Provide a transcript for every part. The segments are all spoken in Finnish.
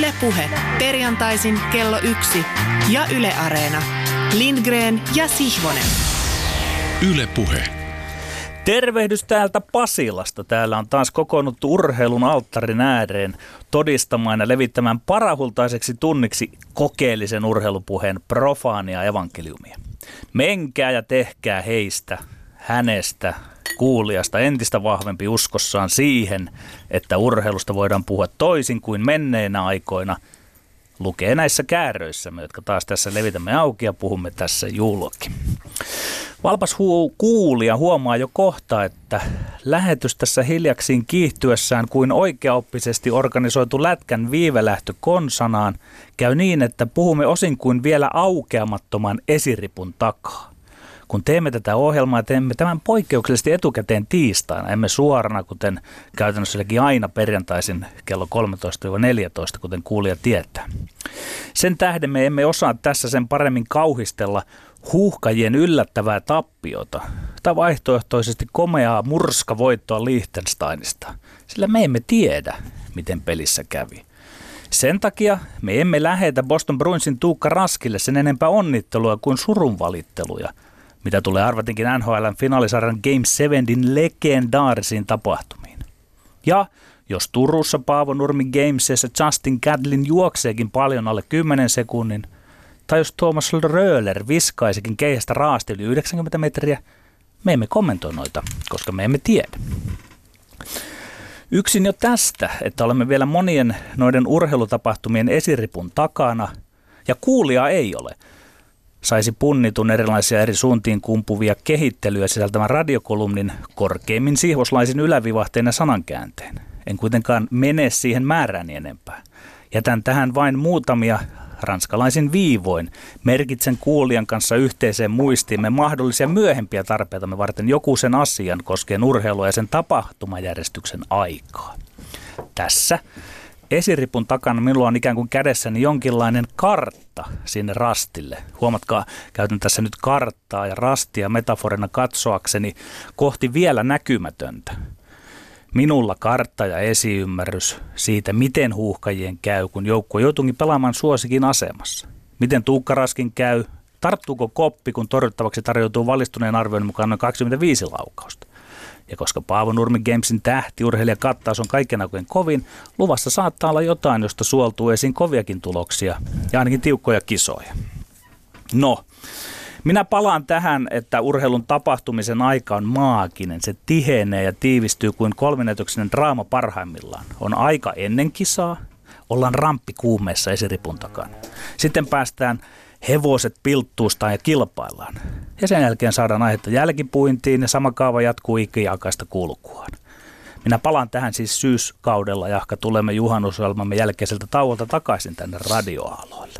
Yle Puhe. Perjantaisin kello 1 ja Yle Areena. Lindgren ja Sihvonen. Yle Puhe. Tervehdys täältä Pasilasta. Täällä on taas kokoonnuttu urheilun alttarin ääreen todistamaan ja levittämään parahultaiseksi tunniksi kokeellisen urheilupuheen profaania evankeliumia. Menkää ja tehkää hänestä, kuulijasta entistä vahvempi uskossaan siihen, että urheilusta voidaan puhua toisin kuin menneinä aikoina. Lukee näissä kääröissämme, jotka taas tässä levitämme auki ja puhumme tässä julki. Valpas kuulija huomaa jo kohta, että lähetys tässä hiljaksiin kiihtyessään kuin oikeaoppisesti organisoitu lätkän viivelähtö konsanaan käy niin, että puhumme osin kuin vielä aukeamattoman esiripun takaa. Kun teemme tätä ohjelmaa, teemme tämän poikkeuksellisesti etukäteen tiistaina, emme suorana, kuten käytännössäkin aina perjantaisin kello 13-14, kuten kuulija tietää. Sen tähden me emme osaa tässä sen paremmin kauhistella huuhkajien yllättävää tappiota tai vaihtoehtoisesti komeaa murskavoittoa Liechtensteinista, sillä me emme tiedä, miten pelissä kävi. Sen takia me emme lähetä Boston Bruinsin Tuukka Raskille sen enempää onnittelua kuin surunvalitteluja, mitä tulee arvatinkin NHL:n finaalisarjan Game 7:in legendaarisiin tapahtumiin. Ja jos Turussa Paavo Nurmi Gamesissa Justin Gatlin juokseekin paljon alle 10 sekunnin, tai jos Thomas Röhler viskaisikin keihästä raasti yli 90 metriä, me emme kommentoi noita, koska me emme tiedä. Yksin jo tästä, että olemme vielä monien noiden urheilutapahtumien esiripun takana, ja kuulijaa ei ole, saisi punnitun erilaisia eri suuntiin kumpuvia kehittelyjä sisältävän radiokolumnin korkeimmin siivoslaisin ylävivahteen ja sanankäänteen. En kuitenkaan mene siihen määrääni enempää. Jätän tähän vain muutamia ranskalaisin viivoin. Merkitsen kuulijan kanssa yhteiseen muistiimme mahdollisia myöhempiä tarpeitamme varten joku sen asian koskien urheilua ja sen tapahtumajärjestyksen aikaa. Tässä esiripun takana minulla on ikään kuin kädessäni jonkinlainen kartta sinne rastille. Huomatkaa, käytän tässä nyt karttaa ja rastia metaforina katsoakseni kohti vielä näkymätöntä. Minulla kartta ja esiymmärrys siitä, miten huuhkajien käy, kun joukkue joutuukin pelaamaan suosikin asemassa. Miten Tuukka Raskin käy, tarttuuko koppi, kun torjuttavaksi tarjoutuu valistuneen arvioinnin mukaan noin 25 laukausta. Ja koska Paavo Nurmi Gamesin tähtiurheilijakattaus on kaiken aikojen kovin, luvassa saattaa olla jotain, josta suoltuu esiin koviakin tuloksia ja ainakin tiukkoja kisoja. No, minä palaan tähän, että urheilun tapahtumisen aika on maaginen. Se tihenee ja tiivistyy kuin kolminäytöksinen draama parhaimmillaan. On aika ennen kisaa, ollaan ramppikuumeessa esiripun takana. Sitten päästään hevoset pilttuustaan ja kilpaillaan. Ja sen jälkeen saadaan aihetta jälkipuintiin ja sama kaava jatkuu ikiaikaista kulkuaan. Minä palaan tähän siis syyskaudella, jahka tulemme juhannusohjelmamme jälkeiseltä tauolta takaisin tänne radioaaloille.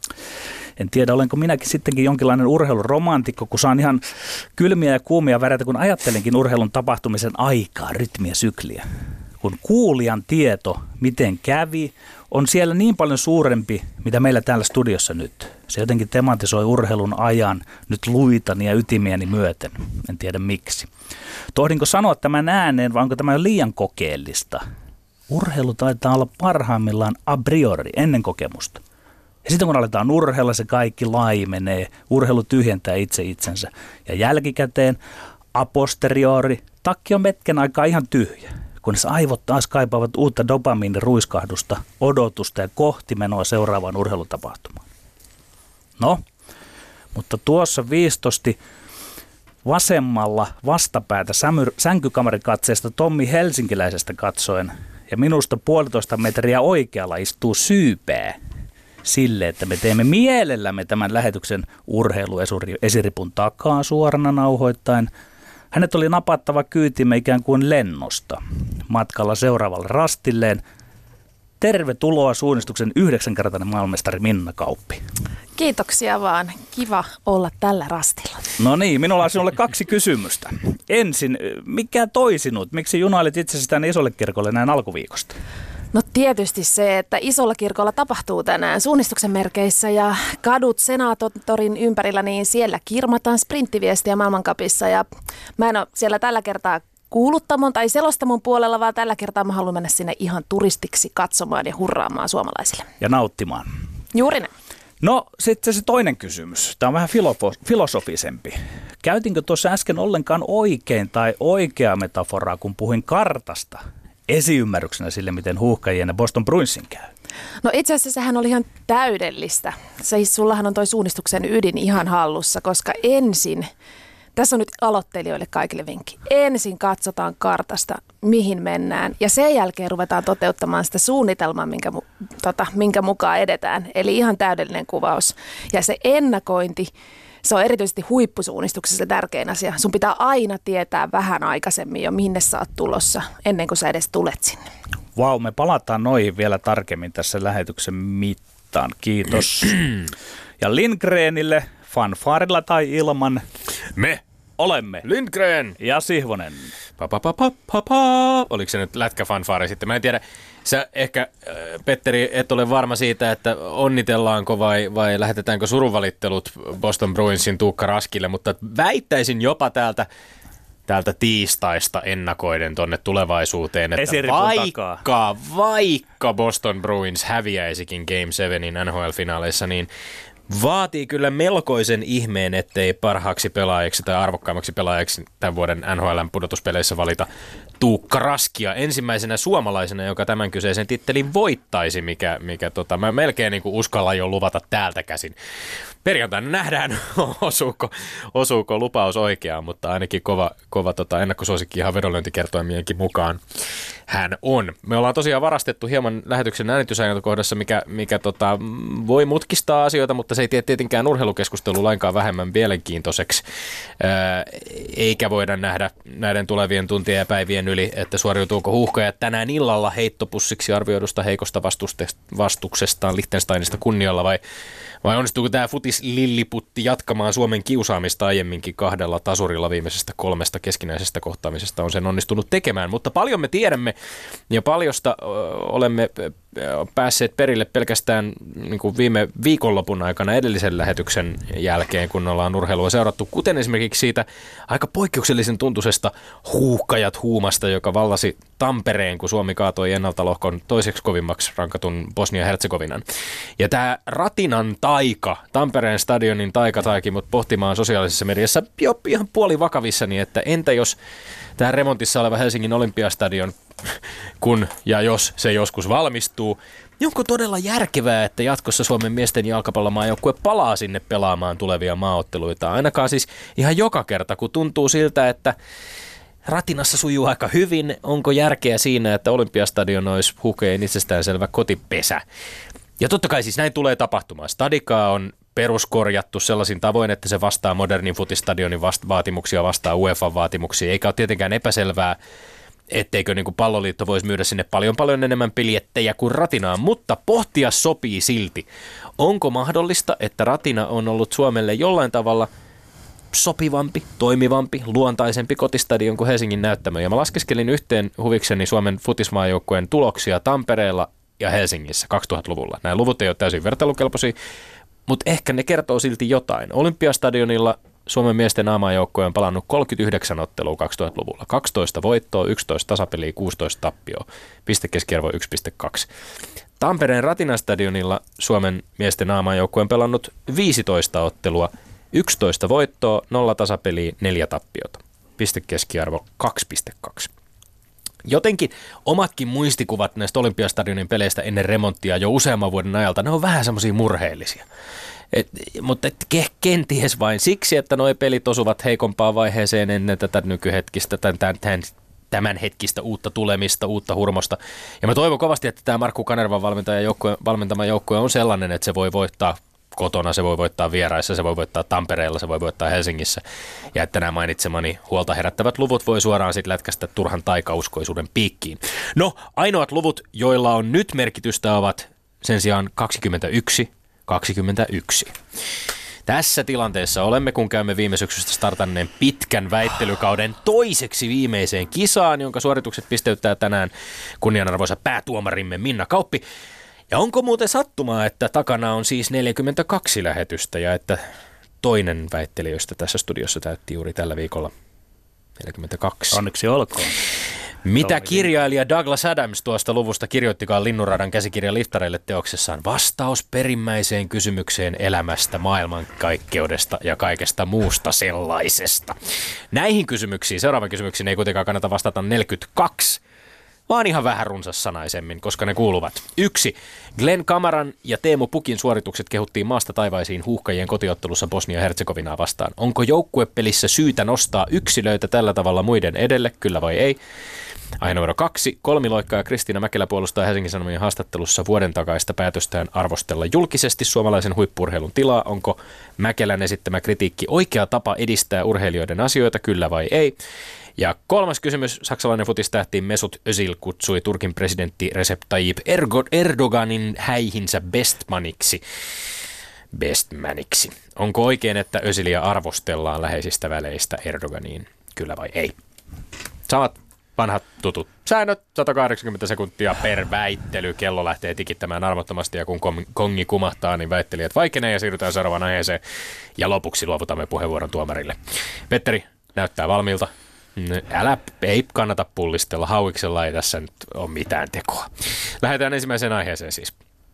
En tiedä, olenko minäkin sittenkin jonkinlainen urheiluromantikko, kun saan ihan kylmiä ja kuumia väreitä, kun ajattelenkin urheilun tapahtumisen aikaa, rytmiä, sykliä. Kun kuulijan tieto, miten kävi, on siellä niin paljon suurempi, mitä meillä täällä studiossa nyt. Se jotenkin tematisoi urheilun ajan nyt luitani ja ytimiäni myöten. En tiedä miksi. Tohdinko sanoa tämän ääneen, vai onko tämä jo liian kokeellista? Urheilu taitaa olla parhaimmillaan a priori, ennen kokemusta. Ja sitten kun aletaan urheilla, se kaikki laimenee. Urheilu tyhjentää itse itsensä. Ja jälkikäteen, a posteriori, takki on metken aikaa ihan tyhjä. Kunnes aivot taas kaipaavat uutta dopamiiniruiskahdusta, odotusta ja kohtimenoa seuraavaan urheilutapahtumaan. No, mutta tuossa viistosti vasemmalla vastapäätä sänkykamarikatseesta Tommi Helsinkiläisestä katsoen ja minusta 1,5 metriä oikealla istuu syypää sille, että me teemme mielellämme tämän lähetyksen urheiluesiripun takaa suorana nauhoittain. Hänet oli napattava kyytimme ikään kuin lennosta matkalla seuraavalle rastilleen. Tervetuloa suunnistuksen 9-kertainen maailmanmestari Minna Kauppi. Kiitoksia vaan. Kiva olla tällä rastilla. No niin, minulla on sinulle 2 kysymystä. Ensin, mikä toi sinut? Miksi junailit itsesi tänne Isolle kirkolle näin alkuviikosta? No tietysti se, että Isolla kirkolla tapahtuu tänään suunnistuksen merkeissä ja kadut Senaattorin ympärillä, niin siellä kirmataan sprinttiviestiä maailmancupissa ja mä en ole siellä tällä kertaa kuuluttamon tai selostamon puolella, vaan tällä kertaa mä haluan mennä sinne ihan turistiksi katsomaan ja hurraamaan suomalaisille. Ja nauttimaan. Juuri näin. No sitten se toinen kysymys. Tämä on vähän filosofisempi. Käytinkö tuossa äsken ollenkaan oikein tai oikea metaforaa, kun puhuin kartasta esiymmärryksenä sille, miten huuhkajien ja Boston Bruinsin käy? No itse asiassa sehän oli ihan täydellistä. Siis sullahan on toi suunnistuksen ydin ihan hallussa, koska ensin, tässä on nyt aloittelijoille kaikille vinkki, ensin katsotaan kartasta, mihin mennään ja sen jälkeen ruvetaan toteuttamaan sitä suunnitelmaa, minkä mukaan edetään. Eli ihan täydellinen kuvaus. Ja se ennakointi, se on erityisesti huippusuunnistuksessa tärkein asia. Sun pitää aina tietää vähän aikaisemmin jo, minne sä oot tulossa, ennen kuin sä edes tulet sinne. Vau, me palataan noihin vielä tarkemmin tässä lähetyksen mittaan. Kiitos. Ja Lindgrenille, fanfaarilla tai ilman, me olemme Lindgren ja Sihvonen. Oliko se nyt lätkäfanfaari sitten? Mä en tiedä. Sä ehkä, Petteri, et ole varma siitä, että onnitellaanko vai lähetetäänkö surunvalittelut Boston Bruinsin Tuukka Raskille, mutta väittäisin jopa täältä tiistaista ennakoiden tonne tulevaisuuteen, että vaikka Boston Bruins häviäisikin Game 7 NHL-finaaleissa, niin vaatii kyllä melkoisen ihmeen, ettei parhaaksi pelaajaksi tai arvokkaimmaksi pelaajaksi tämän vuoden NHL:n pudotuspeleissä valita Tuukka Raskia ensimmäisenä suomalaisena, joka tämän kyseisen tittelin voittaisi, mikä mä melkein niin kuin uskallan jo luvata täältä käsin. Perjantaina nähdään, osuuko lupaus oikeaan, mutta ainakin kova ennakkosuosikki ihan vedonlyöntikertoimienkin mukaan hän on. Me ollaan tosiaan varastettu hieman lähetyksen äänitysajankohdassa, mikä voi mutkistaa asioita, mutta se ei tee tietenkään urheilukeskustelu lainkaan vähemmän mielenkiintoiseksi. Eikä voida nähdä näiden tulevien tuntien ja päivien yli, että suoriutuuko huuhkajat tänään illalla heittopussiksi arvioidusta heikosta vastuksestaan Liechtensteinista kunnialla vai onnistuuko tämä futis-lilliputti jatkamaan Suomen kiusaamista aiemminkin 2 tasurilla viimeisestä 3 keskinäisestä kohtaamisesta on sen onnistunut tekemään, mutta paljon me tiedämme ja paljosta olemme päässeet perille pelkästään niin kuin viime viikonlopun aikana edellisen lähetyksen jälkeen, kun ollaan urheilua seurattu, kuten esimerkiksi siitä aika poikkeuksellisen tuntuisesta huuhkajat huumasta, joka vallasi Tampereen, kun Suomi kaatoi ennalta lohkon toiseksi kovimmaksi rankatun Bosnia-Herzegovinan. Ja tämä Ratinan taika, Tampereen stadionin taika taiki mut pohtimaan sosiaalisessa mediassa jo ihan puolivakavissani, että entä jos tämä remontissa oleva Helsingin Olympiastadion, kun ja jos se joskus valmistuu, niin onko todella järkevää, että jatkossa Suomen miesten jalkapallomaajoukkue palaa sinne pelaamaan tulevia maaotteluita? Ainakaan siis ihan joka kerta, kun tuntuu siltä, että Ratinassa sujuu aika hyvin. Onko järkeä siinä, että Olympiastadion olisi huuhkajien itsestäänselvä kotipesä? Ja totta kai siis näin tulee tapahtumaan. Stadikaa on peruskorjattu sellaisin tavoin, että se vastaa modernin futistadionin vaatimuksia, vastaa UEFA-vaatimuksia, eikä ole tietenkään epäselvää, etteikö niin kuin Palloliitto voisi myydä sinne paljon enemmän piljettejä kuin Ratinaan, mutta pohtia sopii silti. Onko mahdollista, että Ratina on ollut Suomelle jollain tavalla sopivampi, toimivampi, luontaisempi kotistadion kuin Helsingin näyttämö? Ja mä laskeskelin yhteen huvikseni Suomen futismaajoukkueen tuloksia Tampereella ja Helsingissä 2000-luvulla. Nämä luvut ei ole täysin vertailukelpoisia, mutta ehkä ne kertoo silti jotain. Olympiastadionilla Suomen miesten A-maajoukkue on palannut 39 ottelua 2000-luvulla. 12 voittoa, 11 tasapeliä, 16 tappioa. Pistekeskiarvo 1,2. Tampereen Ratinastadionilla Suomen miesten A-maajoukkue on pelannut 15 ottelua, 11 voittoa, 0 tasapeliä, 4 tappiota. Pistekeskiarvo 2,2. Jotenkin omatkin muistikuvat näistä Olympiastadionin peleistä ennen remonttia jo useamman vuoden ajalta, ne on vähän semmoisia murheellisia. Mutta kenties vain siksi, että nuo pelit osuvat heikompaan vaiheeseen ennen tätä nykyhetkistä, tämän hetkistä uutta tulemista, uutta hurmosta. Ja mä toivon kovasti, että tämä Markku Kanervan valmentama joukkue on sellainen, että se voi voittaa kotona, se voi voittaa vieraissa, se voi voittaa Tampereella, se voi voittaa Helsingissä. Ja että nämä mainitsemani huolta herättävät luvut voi suoraan sitten lätkästä turhan taikauskoisuuden piikkiin. No, ainoat luvut, joilla on nyt merkitystä, ovat sen sijaan 21. Tässä tilanteessa olemme, kun käymme viime syksystä startanneen pitkän väittelykauden toiseksi viimeiseen kisaan, jonka suoritukset pisteyttää tänään kunnianarvoisa päätuomarimme Minna Kauppi. Ja onko muuten sattumaa, että takana on siis 42 lähetystä ja että toinen väittelijöistä tässä studiossa täytti juuri tällä viikolla 42. Onneksi olkoon. Mitä kirjailija Douglas Adams tuosta luvusta kirjoittikaan Linnunradan käsikirja liftareille teoksessaan? Vastaus perimmäiseen kysymykseen elämästä, maailmankaikkeudesta ja kaikesta muusta sellaisesta. Näihin kysymyksiin, seuraavan kysymyksiin ei kuitenkaan kannata vastata 42, vaan ihan vähän runsassanaisemmin, koska ne kuuluvat. 1. Glenn Kamaran ja Teemu Pukin suoritukset kehuttiin maasta taivaisiin huuhkajien kotiottelussa Bosnia-Herzegovinaa vastaan. Onko joukkuepelissä syytä nostaa yksilöitä tällä tavalla muiden edelle, kyllä vai ei? Aihe numero 2. Kolmiloikka Kristiina Mäkelä puolustaa Helsingin Sanomien haastattelussa vuoden takaista päätöstään arvostella julkisesti suomalaisen huippu-urheilun tilaa. Onko Mäkelän esittämä kritiikki oikea tapa edistää urheilijoiden asioita, kyllä vai ei? Ja 3. kysymys. Saksalainen futistähti Mesut Özil kutsui Turkin presidentti Recep Tayyip Erdoganin häihinsä bestmaniksi. Onko oikein, että Özilia arvostellaan läheisistä väleistä Erdoganiin, kyllä vai ei? Samat vanhat tutut säännöt, 180 sekuntia per väittely. Kello lähtee tikittämään armottomasti ja kun kongi kumahtaa, niin väittelijät vaikenee ja siirrytään seuraavaan aiheeseen. Ja lopuksi luovutamme puheenvuoron tuomarille. Petteri näyttää valmiilta. Ei kannata pullistella. Hauiksella ei tässä nyt ole mitään tekoa. Lähdetään ensimmäiseen aiheeseen siis.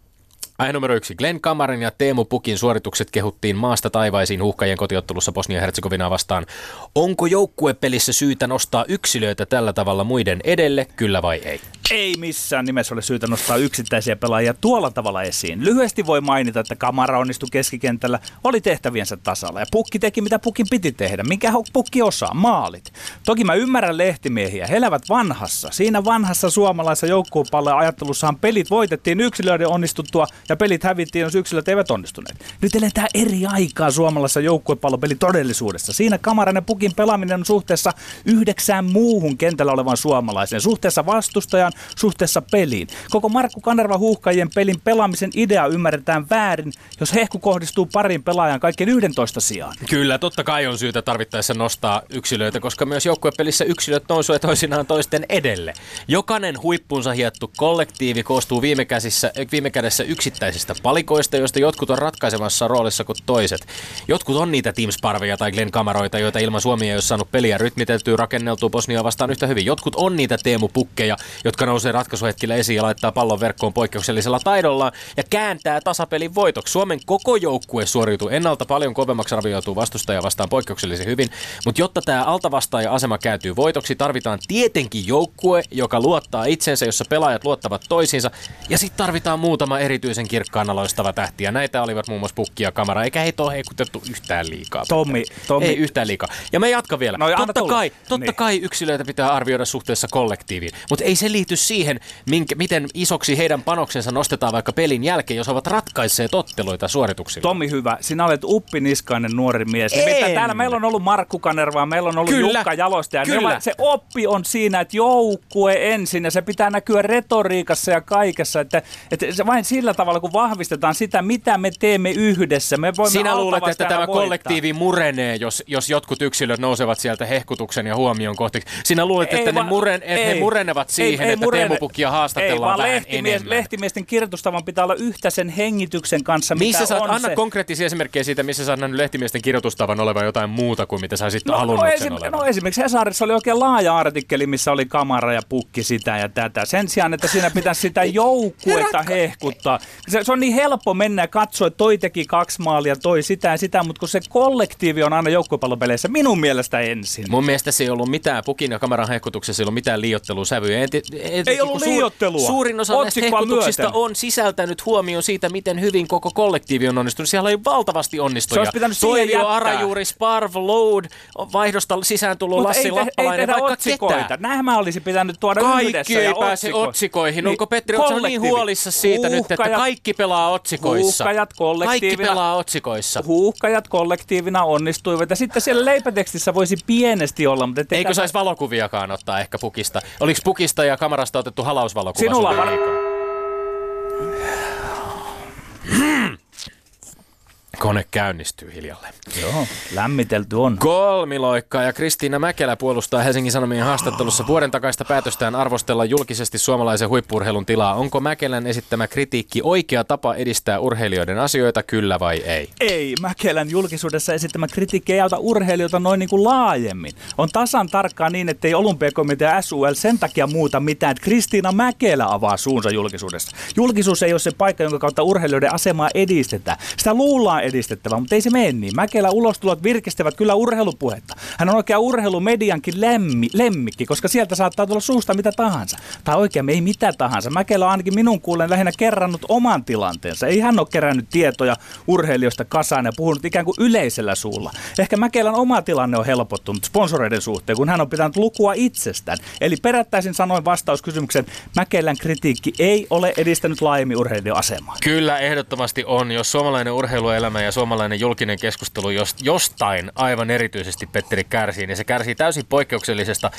Aihe numero 1. Glenn Kamarin ja Teemu Pukin suoritukset kehuttiin maasta taivaisiin huuhkajien kotiottelussa Bosnia-Herzegovinaa vastaan. Onko joukkuepelissä syytä nostaa yksilöitä tällä tavalla muiden edelle, kyllä vai ei? Ei missään nimessä ole syytä nostaa yksittäisiä pelaajia tuolla tavalla esiin. Lyhyesti voi mainita, että Kamara onnistui keskikentällä, oli tehtäviensä tasalla ja Pukki teki mitä Pukin piti tehdä. Mikä Pukki osaa? Maalit. Toki mä ymmärrän lehtimiehiä, he elävät vanhassa. Siinä vanhassa suomalaisessa joukkuepallon ajattelussahan pelit voitettiin yksilöiden onnistuttua ja pelit hävittiin, jos yksilöt eivät onnistuneet. Nyt eletään eri aikaa suomalaisessa joukkuepallopeli todellisuudessa. Siinä Kamaran ja Pukin pelaaminen on suhteessa 9 muuhun kentällä olevan suomalaisen, suhteessa vastustajan, suhteessa peliin. Koko Markku Kanerva huuhkajien pelin pelaamisen idea ymmärretään väärin, jos hehku kohdistuu parin pelaajan kaikkien 11 sijaan. Kyllä, totta kai on syytä tarvittaessa nostaa yksilöitä, koska myös joukkuepelissä yksilöt nousee toisinaan toisten edelle. Jokainen huippunsa hiettu kollektiivi koostuu viime kädessä yksittäisistä palikoista, joista jotkut on ratkaisevassa roolissa kuin toiset. Jotkut on niitä Team Sparveja tai Glenn Kamaroita, joita ilman Suomia ei ole saanut peliä rytmitettyä, rakenneltua Bosniaa vastaan yhtä hyvin. Jotkut on niitä Teemu Pukkeja, jotka nousee ratkaisuhetkillä esiin ja laittaa pallon verkkoon poikkeuksellisella taidollaan ja kääntää tasapelin voitoksi. Suomen koko joukkue suoriutuu ennalta paljon kovemmaksi arvioituu vastustajaa vastaan poikkeuksellisen hyvin, mutta jotta tämä altavastaaja-asema kääntyy voitoksi, tarvitaan tietenkin joukkue, joka luottaa itsensä, jossa pelaajat luottavat toisiinsa, ja sitten tarvitaan muutama erityisen kirkkaana loistava tähti, ja näitä olivat muun muassa Pukki ja Kamara, eikä heitä ole heikutettu yhtään liikaa. Tommi. Ei yhtään liikaa. Ja me jatkan vielä. No, totta kai yksilöitä pitää arvioida suhteessa kollektiiviin, mutta ei se liity siihen, miten isoksi heidän panoksensa nostetaan vaikka pelin jälkeen, jos ovat ratkaisseet otteluita suorituksilla. Tommi, hyvä. Sinä olet uppiniskainen nuori mies. Täällä meillä on ollut Markku Kanerva, meillä on ollut Jukka Jalosta. Se oppi on siinä, että joukkue ensin ja se pitää näkyä retoriikassa ja kaikessa. Että se vain sillä tavalla, kun vahvistetaan sitä, mitä me teemme yhdessä. Me sinä luulet, että tämä kollektiivi murenee, jos jotkut yksilöt nousevat sieltä hehkutuksen ja huomion kohti. Sinä luulet, että he murenevat siihen, että Teemu Pukkia haastatellaan vähän enemmän. Lehtimiesten kirjoitustavan pitää olla yhtä sen hengityksen kanssa, Anna konkreettisia esimerkkejä siitä, missä sä oot nähnyt lehtimiesten kirjoitustavan olevan jotain muuta kuin mitä sä sitten halunnut sen olevan. No esimerkiksi Hesarissa oli oikein laaja artikkeli, missä oli Kamara ja Pukki sitä ja tätä. Sen sijaan, että siinä pitäisi sitä joukkuetta hehkuttaa. Se on niin helppo mennä ja katsoa, että toi teki 2 maalia, toi sitä ja sitä, mutta kun se kollektiivi on aina joukkuepallopeleissä minun mielestä ensin. Mun mielestä se ei ollut mitään, Pukin ja Kamaran hehkutuksessa ei ollut mitään liioittelua sävyjä. Ei ollut liioittelua. Suurin osa näistä hehkutuksista on sisältänyt huomioon siitä, miten hyvin koko kollektiivi on onnistunut. Siellä oli valtavasti onnistujia. Toivio, Arajuuri, Sparv, Load, vaihdosta sisääntulo, Lassi Lappalainen, vaikka ketä. Nämä olisi pitänyt tuoda yhdessä. Kaikki ei pääse otsikoihin. Onko Petteri Otsa niin huolissa siitä nyt, että kaikki pelaa otsikoissa? Kaikki pelaa otsikoissa. Huuhkajat kollektiivina onnistuivat. Ja sitten siellä leipätekstissä voisi pienesti olla. Mutta eikö saisi valokuviakaan ottaa ehkä Pukista? Oliko Pukista ja Kamarasta otettu halausvalokuva? Sinulla on Kone käynnistyy hiljalleen. Joo, lämmitelty on. Kolmiloikka ja Kristiina Mäkelä puolustaa Helsingin Sanomien haastattelussa vuoden takaista päätöstään arvostella julkisesti suomalaisen huippu-urheilun tilaa. Onko Mäkelän esittämä kritiikki oikea tapa edistää urheilijoiden asioita, kyllä vai ei? Ei, Mäkelän julkisuudessa esittämä kritiikki ei auta urheilijoita noin niin kuin laajemmin. On tasan tarkkaan niin, ettei Olympiakomitea SUL sen takia muuta mitään, että Kristiina Mäkelä avaa suunsa julkisuudessa. Julkisuus ei ole se paikka, jonka kautta urheilijoiden asemaa edistetään. Sitä luullaan edistettävää, mutta ei se mene niin. Mäkelä ulostulot virkistävät kyllä urheilupuhetta. Hän on oikein urheilumediankin lemmikki, koska sieltä saattaa tulla suusta mitä tahansa. Tai oikein ei mitä tahansa. Mäkelä on ainakin minun kuulen lähinnä kerrannut oman tilanteensa. Ei hän ole kerännyt tietoja urheilijoista kasaan ja puhunut ikään kuin yleisellä suulla. Ehkä Mäkelän oma tilanne on helpottunut sponsoreiden suhteen, kun hän on pitänyt lukua itsestään. Eli perättäisin sanoin vastauskysymyksen, Mäkelän kritiikki ei ole edistänyt laajemmin urheilijan asemaa. Kyllä, ehdottomasti on. Jos suomalainen urheiluelämä ja suomalainen julkinen keskustelu jostain aivan erityisesti, Petteri, kärsii, niin se kärsii täysin poikkeuksellisesta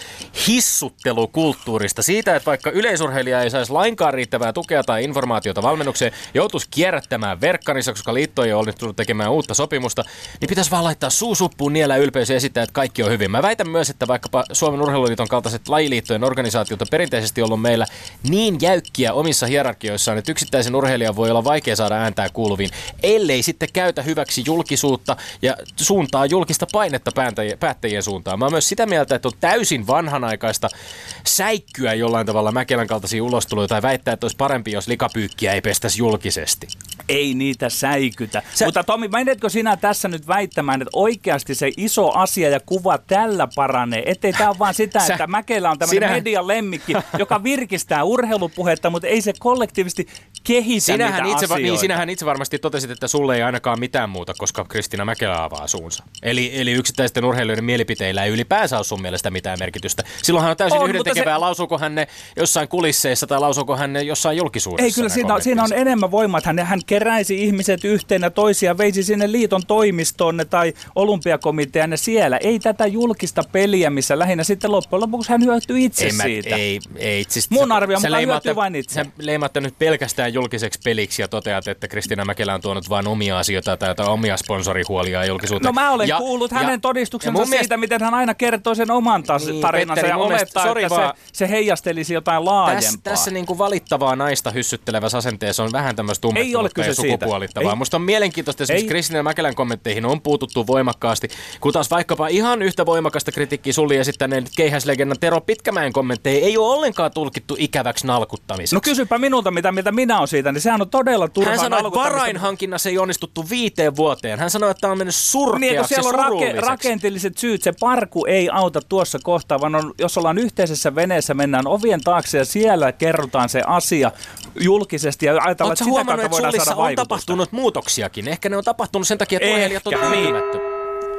hissuttelukulttuurista. Siitä, että vaikka yleisurheilija ei saisi lainkaan riittävää tukea tai informaatiota valmennukseen, joutuisi kierrättämään verkkanissa, koska liitto ei ole onnistunut tekemään uutta sopimusta, niin pitäisi vaan laittaa suu suppuun, niellä ylpeys ja esittää, että kaikki on hyvin. Mä väitän myös, että vaikkapa Suomen Urheiluliiton kaltaiset lajiliittojen organisaatiot on perinteisesti ollut meillä niin jäykkiä omissa hierarkioissaan, että yksittäisen urheilijan voi olla vaikea saada ääntää kuuluviin, ellei sitten käytä hyväksi julkisuutta ja suuntaa julkista painetta päättäjien suuntaan. Mä oon myös sitä mieltä, että on täysin vanhanaikaista säikkyä jollain tavalla Mäkelän kaltaisia ulostuloja tai väittää, että olisi parempi, jos likapyykkiä ei pestäisi julkisesti. Ei niitä säikytä. Mutta Tomi, menetkö sinä tässä nyt väittämään, että oikeasti se iso asia ja kuva tällä paranee? Ettei tämä ole vaan sitä, että Mäkelä on tämmöinen median lemmikki, joka virkistää urheilupuhetta, mutta ei se kollektiivisesti kehitä niitä asioita. Sinähän itse varmasti totesit, että sulle ei ainakaan mitään muuta, koska Kristiina Mäkelä avaa suunsa. Eli yksittäisten urheilijoiden mielipiteillä ei ylipäänsä ole sun mielestä mitään merkitystä. Silloinhan on täysin yhdentekevää, lausuuko hän ne jossain kulisseissa tai lausuuko hän ne jossain julkisuudessa. Ei, kyllä siinä on enemmän voimaa, että hän keräisi ihmiset yhteen ja toisia, veisi sinne liiton toimistoon tai olympiakomitean ja siellä. Ei tätä julkista peliä, missä lähinnä sitten loppujen lopuksi hän hyötyy itse siitä. Ei. Siis mun arvio mukaan hyötyy vain itse. Sä leimaat nyt pelkästään julkiseksi peliksi ja toteat, että Kristiina Mäkelä on tuonut vain omia asioita tai omia sponsorihuolia julkisuuteen. No mä olen kuullut hänen todistuksensa siitä, miten hän aina kertoo sen oman tarinansa ja olettaa, että se heijastelisi jotain laajempaa. Tässä niin kuin valittavaa naista hyssyttelevässä asenteessa on vähän tämmöistä tummehtunutta ja sukupuolittavaa. Musta on mielenkiintoista, että Kristiina Mäkelän kommentteihin on puututtu voimakkaasti, kun taas vaikkapa ihan yhtä voimakasta kritiikkiä Sulli esittäneen keihäslegendan Tero Pitkämäen kommentteja ei ole ollenkaan tulkittu ikäväksi nalkuttamiseksi. No kysypä minulta, mitä minä on siitä, niin sehän on todella turhaa nalkuttamista. Hän sanoi, että varainhankinnassa ei onnistuttu 5 vuoteen. Hän sanoi, että tämä on mennyt surkeaksi ja surulliseksi. Rakenteelliset syyt, se parku ei auta tuossa kohtaa, vaan jos ollaan yhteisessä veneessä, mennään ovien taakse ja siellä kerrotaan se asia julkisesti ja ajatellaan, että sitä kautta voidaan saada vaikutusta. On tapahtunut muutoksiakin. Ehkä ne on tapahtunut sen takia, että urheilijat on tyytymättömiä.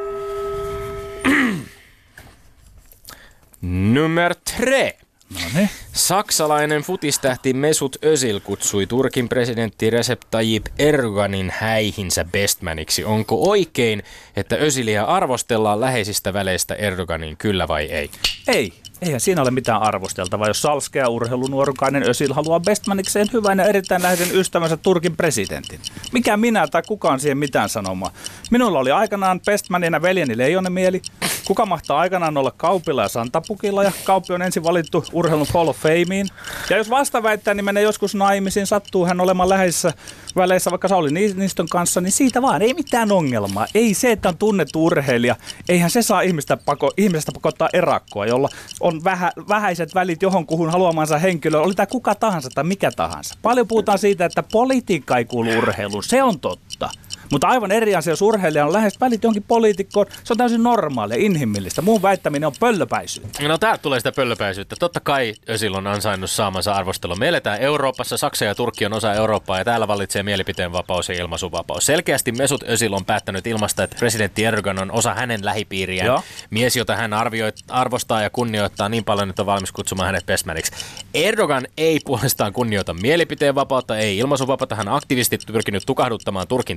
Nummer 3. Noniin. Saksalainen futistähti Mesut Özil kutsui Turkin presidentti Recep Tayyip Erdoganin häihinsä bestmaniksi. Onko oikein, että Öziliä arvostellaan läheisistä väleistä Erdoganin, kyllä vai ei? Ei. Eihän siinä ole mitään arvosteltavaa, jos salskea urheilunuorukainen Özil haluaa bestmanikseen hyvän ja erittäin läheisen ystävänsä Turkin presidentin. Mikä minä tai kukaan siihen mitään sanomaan. Minulla oli aikanaan bestmanina veljeni Leijonemieli. Kuka mahtaa aikanaan olla Kaupilla ja Santapukilla, ja Kauppi on ensin valittu urheilun Hall of Fameen. Ja jos vasta väittää, niin menee joskus naimisiin, sattuu hän olemaan läheisissä väleissä vaikka Sauli Niinistön kanssa, niin siitä vaan ei mitään ongelmaa. Ei se, että on tunnettu urheilija, eihän se saa ihmisestä pakottaa erakkoa, jolla on vähäiset välit johonkuhun haluamansa henkilöön, oli tämä kuka tahansa tai mikä tahansa. Paljon puhutaan siitä, että politiikka ei kuulu urheiluun, se on totta. Mutta aivan eri asia, jos urheilija on lähes välit johonkin poliitikkoon, se on täysin normaalia, inhimillistä. Muun väittäminen on pöllöpäisyyttä. No täältä tulee sitä pöllöpäisyyttä. Totta kai Özil on ansainnut saamansa arvostelun. Me eletään Euroopassa, Saksa ja Turkki on osa Eurooppaa ja täällä vallitsee mielipiteenvapaus ja ilmaisuvapaus. Selkeästi Mesut Özil on päättänyt ilmaista, että presidentti Erdogan on osa hänen lähipiiriään. Joo. Mies, jota hän arvostaa ja kunnioittaa niin paljon, että on valmis kutsumaan hänet bestmaniksi. Erdogan ei puolestaan kunnioita mielipiteenvapautta, ei ilmaisuvapautta. Hän aktiivisesti pyrkinyt tukahduttamaan Turkin toisina ja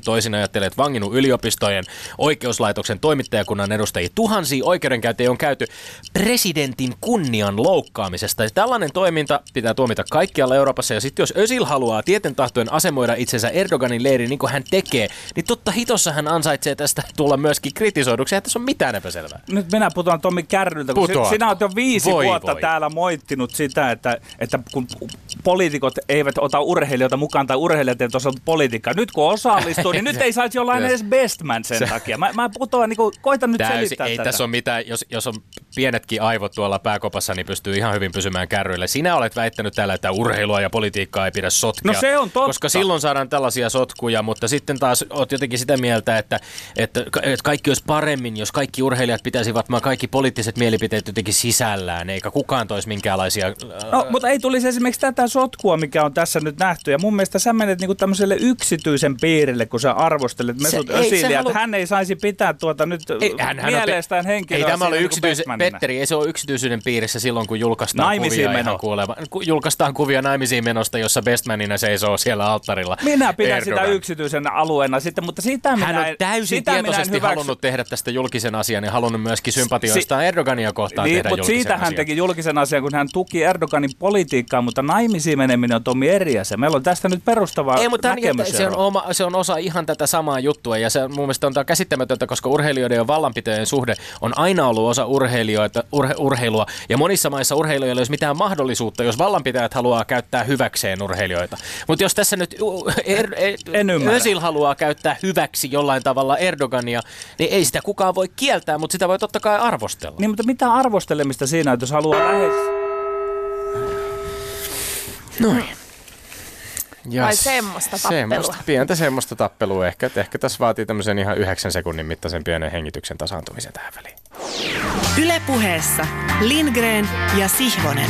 ajattelijat vanginnut yliopistojen oikeuslaitoksen toimittajakunnan edustajia. Tuhansia oikeudenkäyntejä on käyty presidentin kunnian loukkaamisesta. Ja tällainen toiminta pitää tuomita kaikkialla Euroopassa. Ja sitten jos Özil haluaa tieten tahtoen asemoida itsensä Erdoganin leiriin, niin kuin hän tekee, niin totta hitossa hän ansaitsee tästä tulla myöskin kritisoiduksi. Eihän tässä ole mitään epäselvää. Nyt minä putoan Tommi Kärryltä, kun sinä olet jo 5 vuotta täällä moittinut sitä, että kun poliitikot eivät ota urheilijoita mukaan tai urheilijat eivät osaa politiikkaa. Nyt kun osallistuu, niin nyt ei saisi olla edes bestman sen takia. Mä putoan, niin koitan nyt selittää ei tätä. Tässä ole mitään, jos on pienetkin aivot tuolla pääkopassa, niin pystyy ihan hyvin pysymään kärryillä. Sinä olet väittänyt täällä, että urheilua ja politiikkaa ei pidä sotkea. No se on totta. Koska silloin saadaan tällaisia sotkuja, mutta sitten taas olet jotenkin sitä mieltä, että kaikki olisi paremmin, jos kaikki urheilijat pitäisivät kaikki poliittiset mielipiteet jotenkin sisällään, eikä kukaan toisi minkäänlaisia... No, mutta ei tulisi esimerkiksi tätä sotkua, mikä on tässä nyt nähty. Ja mun mielestä sä menet niinku tämmöiselle yksityisen piirille, kun sä arvostelet Mesut Öziliä, että hän ei saisi pitää nyt mielestään henkilöä. Ei tämä ole Petteri, ei se ole yksityisyyden piirissä silloin, kun julkaistaan kuvia naimisiin menosta, jossa bestmanina seisoo siellä alttarilla. Minä pidän sitä yksityisen alueena sitten, mutta sitä minä hän on täysin tietoisesti halunnut tehdä tästä julkisen asian ja halunnut myöskin sympatioistaan Erdogania kohtaan tehdä julkisen asian. Mutta siitä hän teki julkisen asian, kun hän tuki Erdoganin politiikkaa, mutta naimisiin meneminen on Tommi eri asia. Meillä on tästä nyt perustava näkemys. Se on osa ihan tätä samaa juttua ja se mun mielestä on käsittämätöntä, koska urheilijoiden ja vallanpitäjien suhde on aina ollut osa urheilua ja monissa maissa urheilijoilla ei olisi mitään mahdollisuutta, jos vallanpitäjät haluaa käyttää hyväkseen urheilijoita. Mutta jos tässä nyt Özil haluaa käyttää hyväksi jollain tavalla Erdogania, niin ei sitä kukaan voi kieltää, mutta sitä voi totta kai arvostella. Niin, mutta mitä arvostelemista siinä, että jos haluaa Noin. Vai semmoista tappelua? Pientä semmoista tappelua ehkä. Ehkä tässä vaatii tämmöisen ihan 9 sekunnin mittaisen pienen hengityksen tasaantumisen tähän väliin. Yle Puheessa Lindgren ja Sihvonen.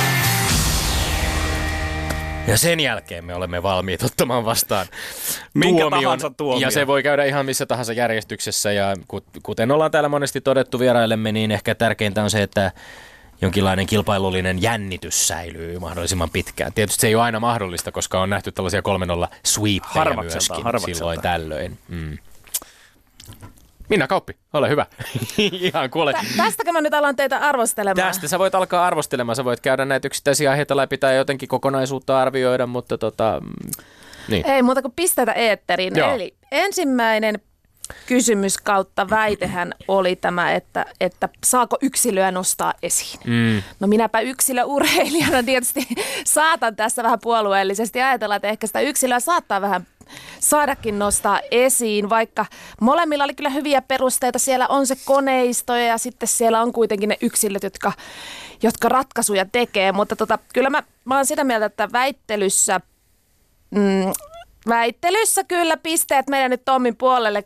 Ja sen jälkeen me olemme valmiit ottamaan vastaan minkä tahansa tuomion. Ja se voi käydä ihan missä tahansa järjestyksessä. Ja kuten ollaan täällä monesti todettu vieraillemme, niin ehkä tärkeintä on se, että jonkinlainen kilpailullinen jännitys säilyy mahdollisimman pitkään. Tietysti se ei ole aina mahdollista, koska on nähty tällaisia 3-0 sweepejä myöskin silloin tällöin. Minna Kauppi, ole hyvä. Ihan kuule. Tästäkö mä nyt alan teitä arvostelemaan? Tästä sä voit alkaa arvostelemaan. Sä voit käydä näitä yksittäisiä aiheita läpi tai jotenkin kokonaisuutta arvioida, mutta niin. Ei muuta kuin pisteitä eetteriin. Joo. Eli ensimmäinen kysymys kautta väitehän oli tämä, että saako yksilöä nostaa esiin. No minäpä yksilöurheilijana tietysti saatan tässä vähän puolueellisesti ajatella, että ehkä sitä yksilöä saattaa vähän saadakin nostaa esiin, vaikka molemmilla oli kyllä hyviä perusteita. Siellä on se koneisto ja sitten siellä on kuitenkin ne yksilöt, jotka ratkaisuja tekee. Mutta kyllä mä oon sitä mieltä, että väittelyssä kyllä pisteet meidän nyt Tommin puolelle,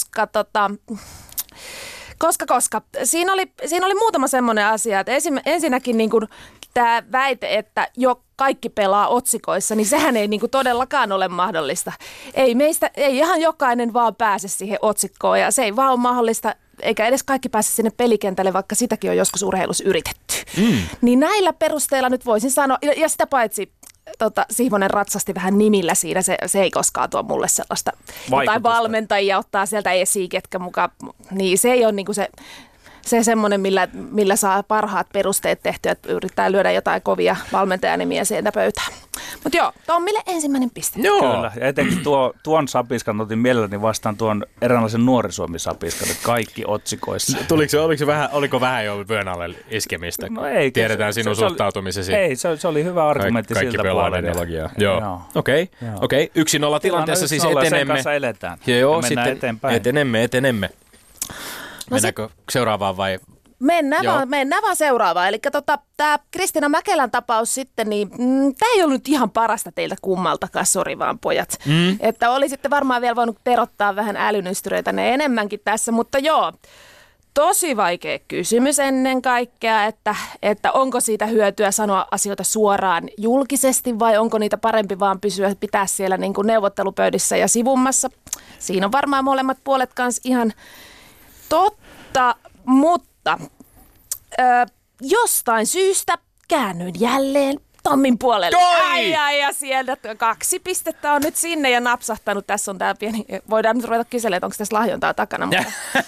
koska siinä oli muutama semmoinen asia, että ensinnäkin niin kuin tämä väite, että jo kaikki pelaa otsikoissa, niin sehän ei niin kuin todellakaan ole mahdollista. Ei ihan jokainen vaan pääse siihen otsikkoon ja se ei vaan ole mahdollista, eikä edes kaikki pääse sinne pelikentälle, vaikka sitäkin on joskus urheilussa yritetty. Niin näillä perusteilla nyt voisin sanoa, ja sitä paitsi Sihvonen ratsasti vähän nimillä siinä, se ei koskaan tuo mulle sellaista jotain valmentajia ottaa sieltä esiin, ketkä mukaan, niin se ei ole niinku se semmoinen, millä saa parhaat perusteet tehtyä, että yrittää lyödä jotain kovia valmentajanimiä sieltä pöytään. Mutta joo, Tommille ensimmäinen piste. Joo. Kyllä, ja etenkin tuon sapiskan otin mielelläni vastaan tuon eräänlaisen Nuorisuomi-sapiskan, että kaikki otsikoissa. Oliko vähän jo vyön alle iskemistä? No ei. Tiedetään sinun suhtautumisesi. Ei, se oli hyvä argumentti siltä puolelta. Joo. Okei. 1-0 tilanteessa siis etenemme. Sen kanssa eletään. Joo, sitten eteenpäin. Etenemme. Mennäänkö seuraavaan vai? Mennään vaan seuraavaan. Eli tämä Kristiina Mäkelän tapaus sitten, niin tämä ei ollut ihan parasta teiltä kummaltakaan, sori vaan pojat. Että olisitte varmaan vielä voinut terottaa vähän älynystyröitä ne enemmänkin tässä, mutta joo. Tosi vaikea kysymys ennen kaikkea, että onko siitä hyötyä sanoa asioita suoraan julkisesti vai onko niitä parempi vaan pitää siellä niin kuin neuvottelupöydissä ja sivummassa. Siinä on varmaan molemmat puolet kanssa ihan totta, mutta jostain syystä käännyin jälleen Tommin puolelle. Toi! Ja sieltä 2 pistettä on nyt sinne ja napsahtanut. Tässä on tää pieni, voidaan nyt ruveta kyselemään, että onko tässä lahjontaa takana. Mutta...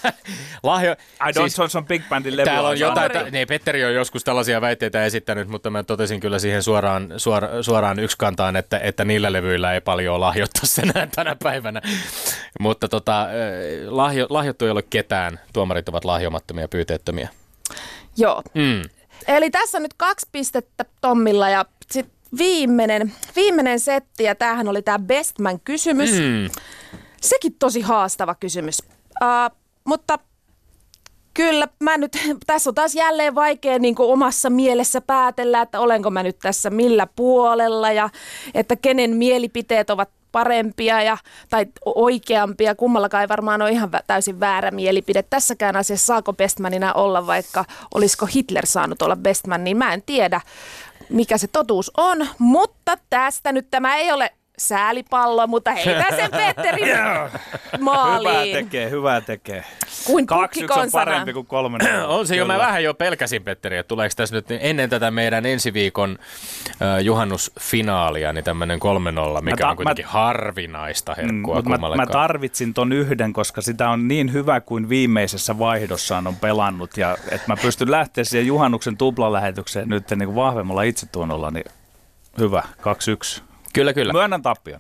Siis, on Big Bandin levy. Täällä on jotain, Petteri on joskus tällaisia väitteitä esittänyt, mutta mä totesin kyllä siihen suoraan yksikantaan, että niillä levyillä ei paljon lahjoittu senään tänä päivänä. Mutta lahjottu ei ole ketään. Tuomarit ovat lahjomattomia, pyyteettömiä. Joo. Eli tässä on nyt 2 pistettä Tommilla ja sitten viimeinen setti ja tämähän oli tämä Best Man -kysymys. Sekin tosi haastava kysymys. Mutta kyllä tässä on taas jälleen vaikea niin kuin omassa mielessä päätellä, että olenko mä nyt tässä millä puolella ja että kenen mielipiteet ovat parempia tai oikeampia. Kummallakaan ei varmaan ole ihan täysin väärä mielipide. Tässäkään asiassa saako bestmanina olla, vaikka olisiko Hitler saanut olla bestman, niin mä en tiedä, mikä se totuus on. Mutta tästä nyt tämä ei ole säälipallo, mutta heitä sen Petteri maaliin. Hyvää tekee. Kuin 2-1 on parempi kuin 3-0. On se jo, mä vähän jo pelkäsin, Petteri, että tuleeko tässä nyt ennen tätä meidän ensi viikon juhannusfinaalia, niin tämmöinen 3-0, mikä on kuitenkin harvinaista herkkua kummallekaan. Mä tarvitsin ton yhden, koska sitä on niin hyvä kuin viimeisessä vaihdossaan on pelannut, ja että mä pystyn lähteä siihen juhannuksen tuplalähetykseen nyt niin kuin vahvemmalla itsetunnolla, niin hyvä, 2-1. Kyllä. Myönnän tappioni.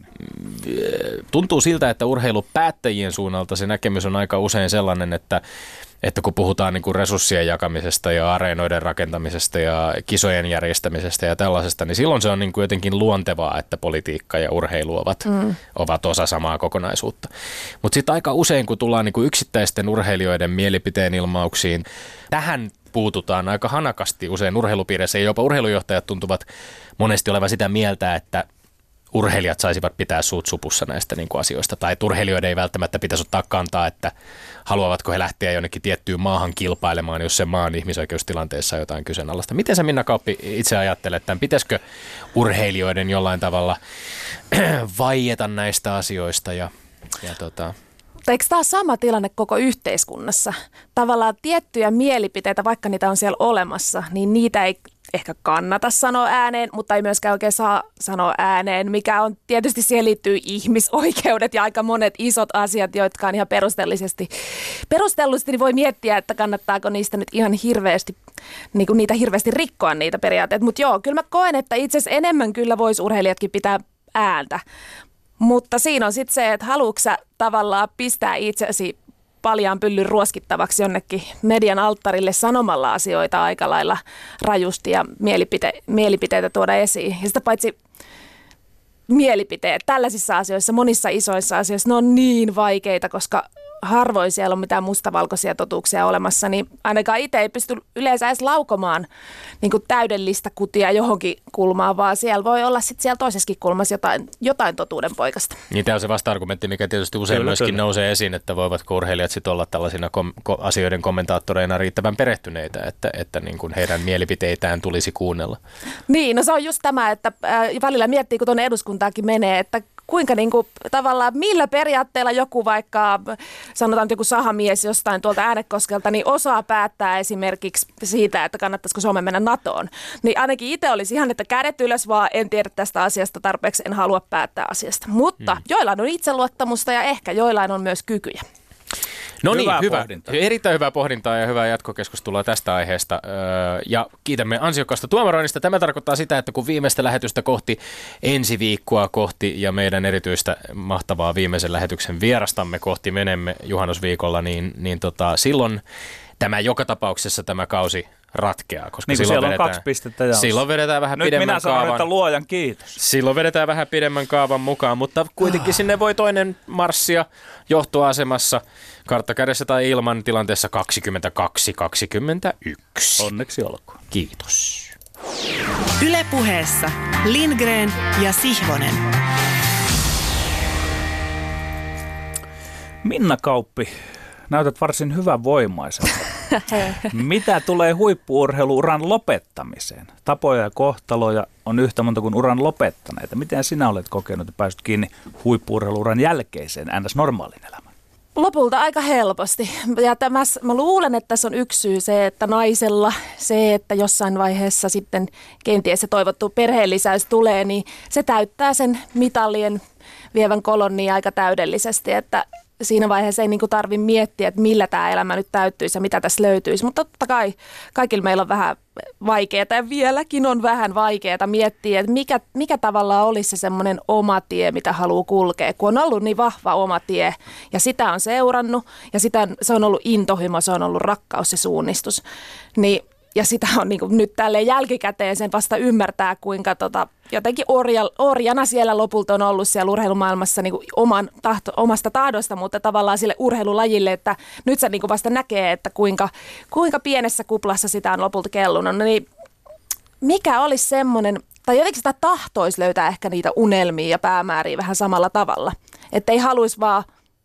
Tuntuu siltä, että urheilupäättäjien suunnalta se näkemys on aika usein sellainen, että kun puhutaan niin kuin resurssien jakamisesta ja areenoiden rakentamisesta ja kisojen järjestämisestä ja tällaisesta, niin silloin se on niin kuin jotenkin luontevaa, että politiikka ja urheilu ovat osa samaa kokonaisuutta. Mutta sitten aika usein, kun tullaan niin kuin yksittäisten urheilijoiden mielipiteen ilmauksiin, tähän puututaan aika hanakasti usein urheilupiireissä ja jopa urheilujohtajat tuntuvat monesti olevan sitä mieltä, että urheilijat saisivat pitää suut supussa näistä niin kuin asioista. Tai urheilijoiden ei välttämättä pitäisi ottaa kantaa, että haluavatko he lähteä jonnekin tiettyyn maahan kilpailemaan, jos se maan ihmisoikeustilanteessa on jotain kyseenalaista. Miten sä, Minna Kauppi, itse ajattelet, että pitäisikö urheilijoiden jollain tavalla vaieta näistä asioista? Eikö tämä ole sama tilanne koko yhteiskunnassa? Tavallaan tiettyjä mielipiteitä, vaikka niitä on siellä olemassa, niin niitä ei ehkä kannata sanoa ääneen, mutta ei myöskään oikein saa sanoa ääneen, mikä on tietysti siihen liittyy ihmisoikeudet ja aika monet isot asiat, jotka on ihan perustellisesti niin voi miettiä, että kannattaako niistä nyt ihan hirveästi, niin kuin niitä hirveästi rikkoa niitä periaatteita. Mutta joo, kyllä mä koen, että itse asiassa enemmän kyllä voisi urheilijatkin pitää ääntä. Mutta siinä on sitten se, että haluatko sä tavallaan pistää itsesi paljaan pyllyn ruoskittavaksi jonnekin median alttarille sanomalla asioita aika lailla rajusti ja mielipiteitä tuoda esiin. Ja sitä paitsi mielipiteet tällaisissa asioissa, monissa isoissa asioissa, ne on niin vaikeita, koska harvoin siellä on mitään mustavalkoisia totuuksia olemassa, niin ainakaan itse ei pysty yleensä edes laukomaan niin kuin täydellistä kutia johonkin kulmaan, vaan siellä voi olla sitten siellä toisessakin kulmassa jotain totuuden poikasta. Niin tämä on se vasta-argumentti, mikä tietysti usein myöskin nousee esiin, että voivatko urheilijat sitten olla tällaisina asioiden kommentaattoreina riittävän perehtyneitä, että niin kuin heidän mielipiteitään tulisi kuunnella. Niin, no se on just tämä, että välillä miettii, kun tuonne eduskuntaakin menee, että kuinka niinku, tavallaan millä periaatteella joku vaikka, sanotaan joku sahamies jostain tuolta Äänekoskelta, niin osaa päättää esimerkiksi siitä, että kannattaisiko Suomen mennä NATOon. Niin ainakin itse olisi ihan, että kädet ylös, vaan en tiedä tästä asiasta tarpeeksi, en halua päättää asiasta. Mutta joillain on itseluottamusta ja ehkä joillain on myös kykyjä. No niin, hyvä. Erittäin hyvää pohdintaa ja hyvää jatkokeskustelua tästä aiheesta. Ja kiitämme ansiokkaasta tuomaroinnista. Tämä tarkoittaa sitä, että kun viimeistä lähetystä kohti, ensi viikkoa kohti ja meidän erityistä mahtavaa viimeisen lähetyksen vierastamme kohti menemme juhannusviikolla, niin silloin joka tapauksessa tämä kausi ratkeaa. Koska niin silloin siellä on 2 pistettä jaossa. Silloin vedetään vähän pidemmän minä kaavan. Nyt minä sanon, että luojan kiitos. Silloin vedetään vähän pidemmän kaavan mukaan, mutta kuitenkin sinne voi toinen marssia johtoasemassa kartta kädessä tai ilman tilanteessa 22-21. Onneksi olkoon. Kiitos. Yle Puheessa Lindgren ja Sihvonen. Minna Kauppi, näytät varsin hyvän voimaiselta. Mitä tulee huippu-urheilu-uran lopettamiseen? Tapoja ja kohtaloja on yhtä monta kuin uran lopettaneita. Miten sinä olet kokenut ja päässyt kiinni huippu-urheilu-uran jälkeiseen ns. Normaalin elämään? Lopulta aika helposti. Ja mä luulen, että tässä on yksi syy se, että naisella se, että jossain vaiheessa sitten kenties se toivottu perheenlisäys tulee, niin se täyttää sen mitalien vievän kolonnin aika täydellisesti, että siinä vaiheessa ei niinku tarvitse miettiä, että millä tämä elämä nyt täyttyisi ja mitä tässä löytyisi. Mutta totta kai kaikilla meillä on vähän vaikeaa ja vieläkin on vähän vaikeaa miettiä, että mikä tavallaan olisi se semmoinen oma tie, mitä haluaa kulkea. Kun on ollut niin vahva oma tie ja sitä on seurannut ja se on ollut intohimo, se on ollut rakkaus ja suunnistus. Ja sitä on niin kuin nyt tälleen jälkikäteen sen vasta ymmärtää, kuinka jotenkin orjana siellä lopulta on ollut siellä urheilumaailmassa niin kuin omasta tahdosta, mutta tavallaan sille urheilulajille, että nyt se niin kuin vasta näkee, että kuinka pienessä kuplassa sitä on lopulta kellunut. No niin, mikä olisi semmoinen, tai jotenkin sitä tahtoisi löytää ehkä niitä unelmia ja päämääriä vähän samalla tavalla, että ei haluaisi vaan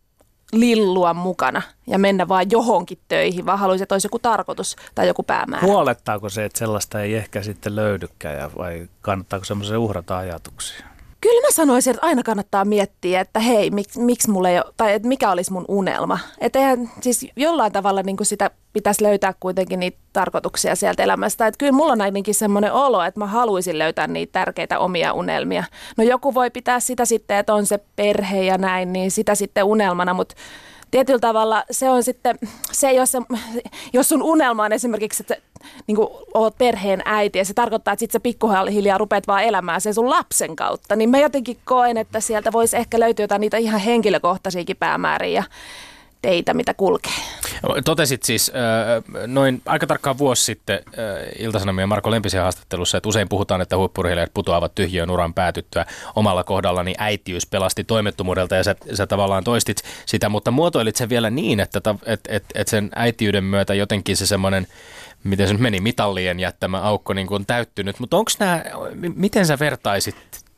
lillua mukana ja mennä vaan johonkin töihin, vaan haluaisi, että olisi joku tarkoitus tai joku päämäärä. Huolettaako se, että sellaista ei ehkä sitten löydykään vai kannattaako semmoisen uhrata ajatuksia? Kyllä mä sanoisin, että aina kannattaa miettiä, että hei, miksi mulla ei ole, tai että mikä olisi mun unelma. Että eihän siis jollain tavalla niin kuin sitä pitäisi löytää kuitenkin niitä tarkoituksia sieltä elämästä. Että kyllä mulla on ainakin semmoinen olo, että mä haluaisin löytää niitä tärkeitä omia unelmia. No joku voi pitää sitä sitten, että on se perhe ja näin, niin sitä sitten unelmana, mutta tietyllä tavalla se on sitten, se ei ole se, jos sun unelma on esimerkiksi, että niin kuin oot perheen äiti ja se tarkoittaa, että sit sä pikkuhiljaa rupeat vaan elämään sen sun lapsen kautta, niin mä jotenkin koen, että sieltä voisi ehkä löytyä jotain niitä ihan henkilökohtaisiakin päämääriä teitä, mitä kulkee. Totesit siis noin aika tarkkaan vuosi sitten Ilta-Sanomien Marko Lempisen haastattelussa, että usein puhutaan, että huippu-urheilijat putoavat tyhjiön uran päätyttyä. Omalla kohdallani äitiys pelasti toimettomuudelta ja sä tavallaan toistit sitä, mutta muotoilit sen vielä niin, että sen äitiyden myötä jotenkin se semmoinen, miten se nyt meni, mitallien jättämä aukko niin kuin on täyttynyt. Mutta onko nämä, miten sä vertaisit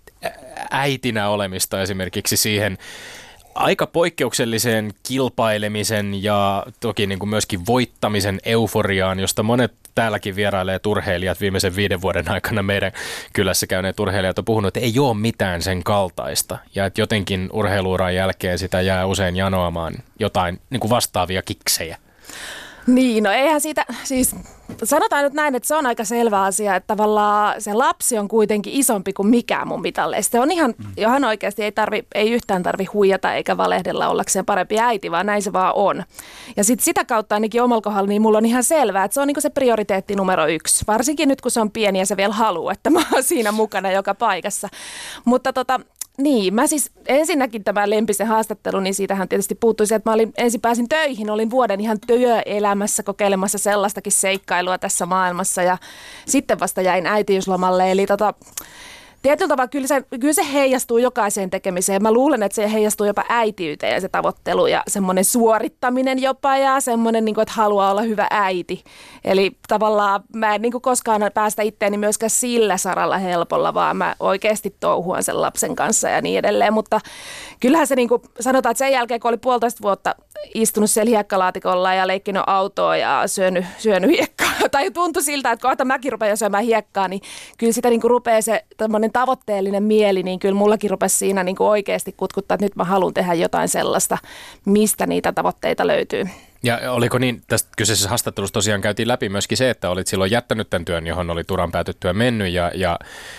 äitinä olemista esimerkiksi siihen aika poikkeukselliseen kilpailemisen ja toki niin kuin myöskin voittamisen euforiaan, josta monet täälläkin vieraileet urheilijat viimeisen 5 vuoden aikana meidän kylässä käyneet urheilijat on puhunut, että ei ole mitään sen kaltaista ja että jotenkin urheiluuran jälkeen sitä jää usein janoamaan jotain niin kuin vastaavia kiksejä. Niin, no eihän siitä, siis sanotaan nyt näin, että se on aika selvä asia, että tavallaan se lapsi on kuitenkin isompi kuin mikään mun mitalleista. Se on ihan oikeasti, ei yhtään tarvi huijata eikä valehdella ollakseen parempi äiti, vaan näin se vaan on. Ja sitten sitä kautta ainakin omalla kohdalla, niin mulla on ihan selvää, että se on niin kuin se prioriteetti numero 1. Varsinkin nyt, kun se on pieni ja se vielä haluaa, että mä oon siinä mukana joka paikassa. Mutta niin, mä siis ensinnäkin tämä Lempisen haastattelu, niin siitähän tietysti puuttui se, että mä ensin pääsin töihin, olin vuoden ihan työelämässä kokeilemassa sellaistakin seikkailua tässä maailmassa ja sitten vasta jäin äitiyslomalle, eli tietyllä tavalla kyllä se heijastuu jokaiseen tekemiseen. Mä luulen, että se heijastuu jopa äitiyteen ja se tavoittelu ja semmoinen suorittaminen jopa ja semmoinen, että haluaa olla hyvä äiti. Eli tavallaan mä en koskaan päästä itteeni myöskään sillä saralla helpolla, vaan mä oikeasti touhuan sen lapsen kanssa ja niin edelleen. Mutta kyllähän se sanotaan, että sen jälkeen, kun oli 1,5 vuotta istunut siellä hiekkalaatikolla ja leikkinyt autoa ja syönyt hiekkaa, tai tuntui siltä, että kohta mäkin rupean jo syömään hiekkaa, niin kyllä sitä rupeaa se tämmöinen tavoitteellinen mieli, niin kyllä mullakin rupesi siinä oikeasti kutkuttaa, että nyt mä haluan tehdä jotain sellaista, mistä niitä tavoitteita löytyy. Ja oliko niin, tästä kyseisessä haastattelussa tosiaan käytiin läpi myöskin se, että olit silloin jättänyt tämän työn, johon oli uran päätyttyä mennyt ja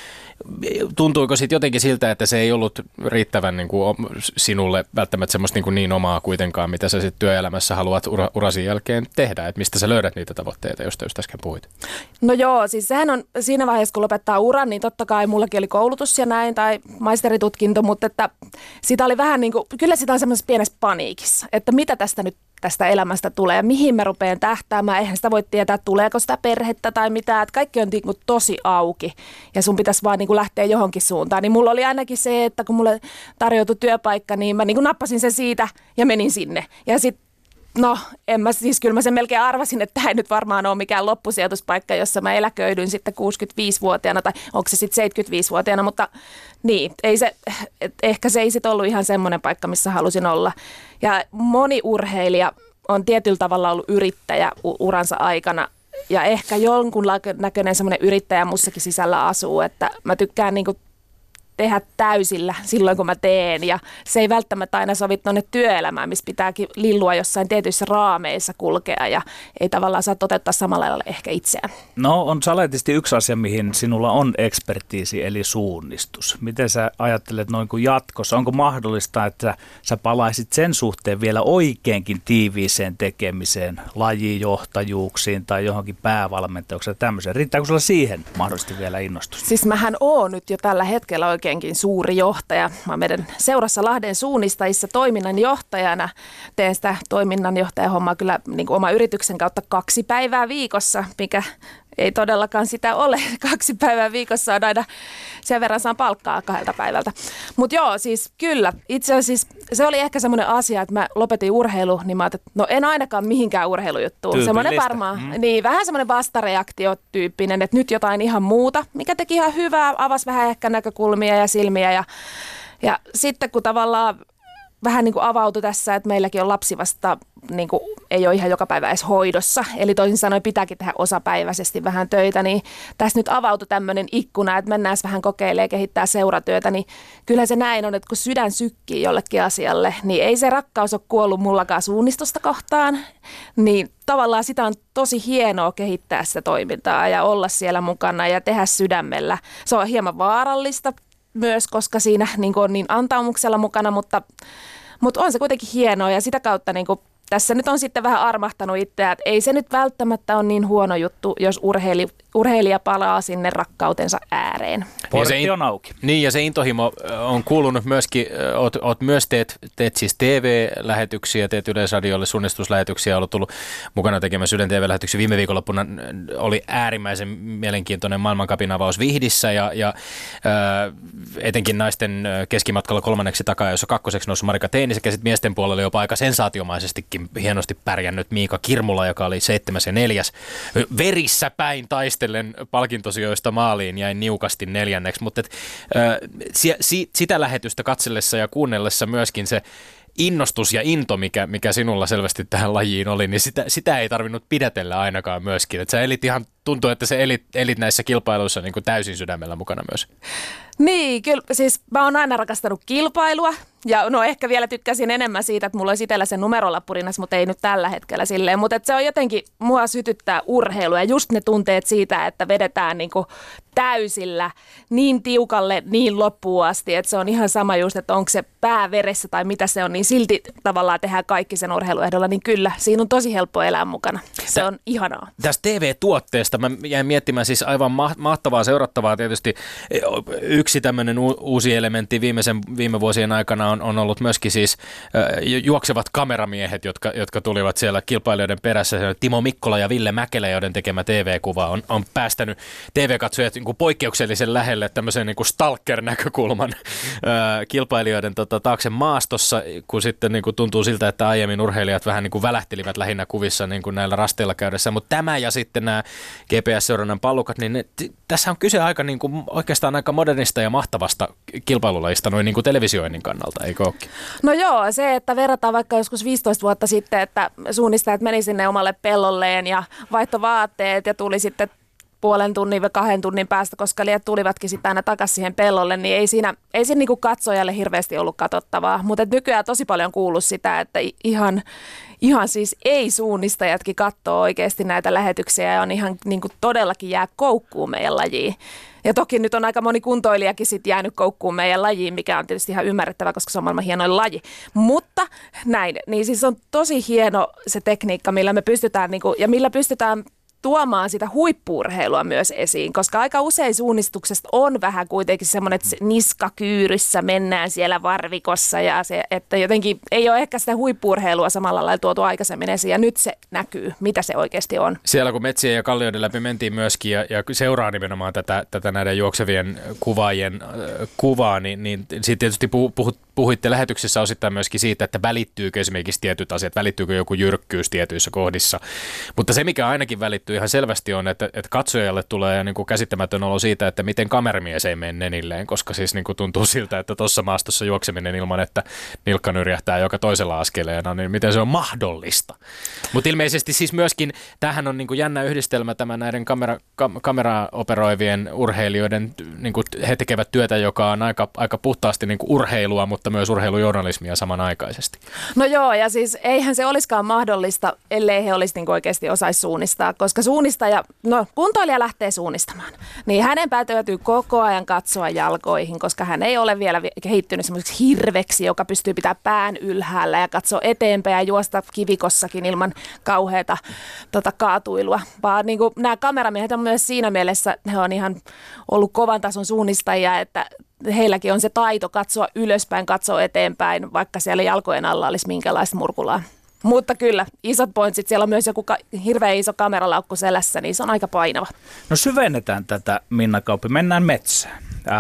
tuntuiko sitten jotenkin siltä, että se ei ollut riittävän sinulle välttämättä semmoista niin omaa kuitenkaan, mitä sä sitten työelämässä haluat urasi jälkeen tehdä, että mistä sä löydät niitä tavoitteita, joista just äsken puhuit? No joo, siis sehän on siinä vaiheessa, kun lopettaa uran, niin totta kai mullakin oli koulutus ja näin tai maisteritutkinto, mutta että sitä oli vähän kyllä sitä on semmoisessa pienessä paniikissa, että mitä tästä elämästä tulee, mihin mä rupean tähtäämään, eihän sitä voi tietää, tuleeko sitä perhettä tai mitä, että kaikki on tosi auki ja sun pitäisi vaan lähteä johonkin suuntaan, niin mulla oli ainakin se, että kun mulle tarjoutui työpaikka, niin mä nappasin sen siitä ja menin sinne ja sitten kyllä mä sen melkein arvasin, että tämä ei nyt varmaan ole mikään loppusijoituspaikka, jossa mä eläköidyn sitten 65-vuotiaana tai onko se sitten 75-vuotiaana, mutta niin, ehkä se ei sitten ollut ihan semmoinen paikka, missä halusin olla. Ja moni urheilija on tietyllä tavalla ollut yrittäjä uransa aikana ja ehkä jonkun näköinen semmoinen yrittäjä mussakin sisällä asuu, että mä tykkään tehdä täysillä silloin, kun mä teen. Ja se ei välttämättä aina sovi tuonne työelämään, missä pitääkin lillua jossain tietyissä raameissa kulkea ja ei tavallaan saa toteuttaa samalla lailla ehkä itseään. No on saletisti yksi asia, mihin sinulla on ekspertiisi, eli suunnistus. Miten sä ajattelet noin kuin jatkossa? Onko mahdollista, että sä palaisit sen suhteen vielä oikeinkin tiiviiseen tekemiseen, lajijohtajuuksiin tai johonkin päävalmentajuuksiin ja tämmöiseen? Riittääkö sulla siihen mahdollisesti vielä innostusta? Siis mähän oon nyt jo tällä hetkellä oikeinkin suuri johtaja. Mä oon meidän seurassa Lahden suunnistajissa toiminnanjohtajana. Teen sitä toiminnanjohtajahommaa kyllä niin kuin oma yrityksen kautta 2 päivää viikossa, mikä ei todellakaan sitä ole. 2 päivää viikossa on aina sen verran saan palkkaa 2 päivältä. Mutta joo, siis kyllä. Itse asiassa se oli ehkä semmoinen asia, että mä lopetin urheilu, niin mä ajattelin, että no en ainakaan mihinkään urheilujuttuun. Semmoinen varmaan, niin vähän semmoinen vastareaktiotyyppinen, että nyt jotain ihan muuta, mikä teki ihan hyvää, avasi vähän ehkä näkökulmia ja silmiä. Ja sitten kun tavallaan vähän niin kuin avautui tässä, että meilläkin on lapsi vasta, niin kuin ei ole ihan joka päivä edes hoidossa. Eli toisin sanoen pitääkin tehdä osapäiväisesti vähän töitä, niin tässä nyt avautui tämmöinen ikkuna, että mennään vähän kokeilemaan kehittää seuratyötä. Niin kyllähän se näin on, että kun sydän sykkii jollekin asialle, niin ei se rakkaus ole kuollut mullakaan suunnistusta kohtaan. Niin tavallaan sitä on tosi hienoa kehittää sitä toimintaa ja olla siellä mukana ja tehdä sydämellä. Se on hieman vaarallista myös, koska siinä niin on niin antaumuksella mukana, mutta on se kuitenkin hienoa ja sitä kautta niin kuin, tässä nyt on sitten vähän armahtanut itseä, että ei se nyt välttämättä ole niin huono juttu, jos urheilija palaa sinne rakkautensa ääreen. Portti on auki. Niin, ja se intohimo on kuulunut myöskin, oot myös teet siis TV-lähetyksiä, teet Yleisradiolle suunnistuslähetyksiä, olet tullut mukana tekemässä Ylen TV-lähetyksiä. Viime viikonloppuna oli äärimmäisen mielenkiintoinen maailmancupin avaus Vihdissä ja etenkin naisten keskimatkalla 3. takaa, jossa 2. noussut Marika Teini sekä sitten miesten puolella jopa aika sensaatiomaisestikin hienosti pärjännyt Miika Kirmula, joka oli 7. ja 4. Verissä päin taistellen palkintosijoista maaliin, jäi niukasti 4. Mutta sitä lähetystä katsellessa ja kuunnellessa myöskin se innostus ja into, mikä sinulla selvästi tähän lajiin oli, niin sitä ei tarvinnut pidätellä ainakaan myöskin. Että sä tuntuu, että sä elit näissä kilpailuissa niin kuin täysin sydämellä mukana myös. Niin, kyllä. Siis mä oon aina rakastanut kilpailua ja no ehkä vielä tykkäsin enemmän siitä, että mulla olisi itsellä se numerolappu rinnassa, mutta ei nyt tällä hetkellä silleen. Mutta se on jotenkin, mua sytyttää urheilu ja just ne tunteet siitä, että vedetään niinku täysillä niin tiukalle niin loppuun asti, että se on ihan sama just, että onko se pää veressä tai mitä se on, niin silti tavallaan tehdään kaikki sen urheiluehdolla, niin kyllä, siinä on tosi helppo elää mukana. Se on ihanaa. Tästä TV-tuotteesta mä jäin miettimään siis aivan mahtavaa seurattavaa tietysti. Yksi tämmöinen uusi elementti viime vuosien aikana on ollut myöskin siis juoksevat kameramiehet, jotka tulivat siellä kilpailijoiden perässä. Timo Mikkola ja Ville Mäkelä, joiden tekemä TV-kuva on päästänyt TV-katsojat niin kuin poikkeuksellisen lähelle tämmöisen niin kuin stalker-näkökulman kilpailijoiden taakse maastossa, kun sitten niin kuin tuntuu siltä, että aiemmin urheilijat vähän niin kuin välähtelivät lähinnä kuvissa niin kuin näillä rasteilla käydessä. Mutta tämä ja sitten nämä GPS-seurannan pallukat, niin tässä on kyse aika niin kuin, oikeastaan aika modernista ja mahtavasta kilpailulajista noin niin kuin televisioinnin kannalta, eikö olekin? No joo, se, että verrataan vaikka joskus 15 vuotta sitten, että suunnistajat meni sinne omalle pellolleen ja vaihtoi vaatteet ja tuli sitten 0,5 tunnin vai 2 tunnin päästä, koska liet tulivatkin sitten aina takaisin siihen pellolle, niin ei siinä niinku katsojalle hirveästi ollut katsottavaa. Mutta nykyään tosi paljon kuuluu sitä, että ihan siis ei-suunnistajatkin katsoo oikeasti näitä lähetyksiä ja on ihan niinku todellakin jää koukkuun meidän lajiin. Ja toki nyt on aika moni kuntoilijakin sit jäänyt koukkuun meidän lajiin, mikä on tietysti ihan ymmärrettävää, koska se on maailman hienoin laji. Mutta näin, niin siis on tosi hieno se tekniikka, millä me pystytään ja millä pystytään tuomaan sitä huippu-urheilua myös esiin, koska aika usein suunnistuksesta on vähän kuitenkin semmoinen, että niskakyyryssä mennään siellä varvikossa ja se, että jotenkin ei ole ehkä sitä huippu-urheilua samalla lailla tuotu aikaisemmin esiin ja nyt se näkyy, mitä se oikeasti on. Siellä kun metsien ja kallioiden läpi mentiin myöskin ja seuraa nimenomaan tätä näiden juoksevien kuvaajien kuvaa, niin siitä tietysti puhuitte lähetyksessä osittain myöskin siitä, että välittyykö esimerkiksi tietyt asiat, välittyykö joku jyrkkyys tietyissä kohdissa. Mutta se, mikä ainakin välittyy ihan selvästi on, että katsojalle tulee niin kuin käsittämätön olo siitä, että miten kameramies ei mene nenilleen, koska siis niin kuin tuntuu siltä, että tuossa maastossa juokseminen ilman, että nilkka nyrjähtää joka toisella askeleena, niin miten se on mahdollista. Mutta ilmeisesti siis myöskin, tämähän on niin kuin jännä yhdistelmä tämä näiden kameraoperoivien urheilijoiden, niin kuin he tekevät työtä, joka on aika puhtaasti niin kuin urheilua, mutta myös urheilujournalismia samanaikaisesti. No joo, ja siis eihän se olisikaan mahdollista, ellei he olisi niin oikeasti osaisi suunnistaa, koska kuntoilija lähtee suunnistamaan, niin hänen täytyy koko ajan katsoa jalkoihin, koska hän ei ole vielä kehittynyt semmoiseksi hirveksi, joka pystyy pitämään pään ylhäällä ja katsoa eteenpäin ja juosta kivikossakin ilman kauheata kaatuilua, vaan niin kuin nämä kameramiehet on myös siinä mielessä, he on ihan ollut kovan tason suunnistajia, että heilläkin on se taito katsoa ylöspäin, katsoa eteenpäin, vaikka siellä jalkojen alla olisi minkälaista murkulaa. Mutta kyllä, isot pointsit, siellä on myös joku hirveän iso kameralaukku selässä, niin se on aika painava. No syvennetään tätä, Minna Kauppi, mennään metsään.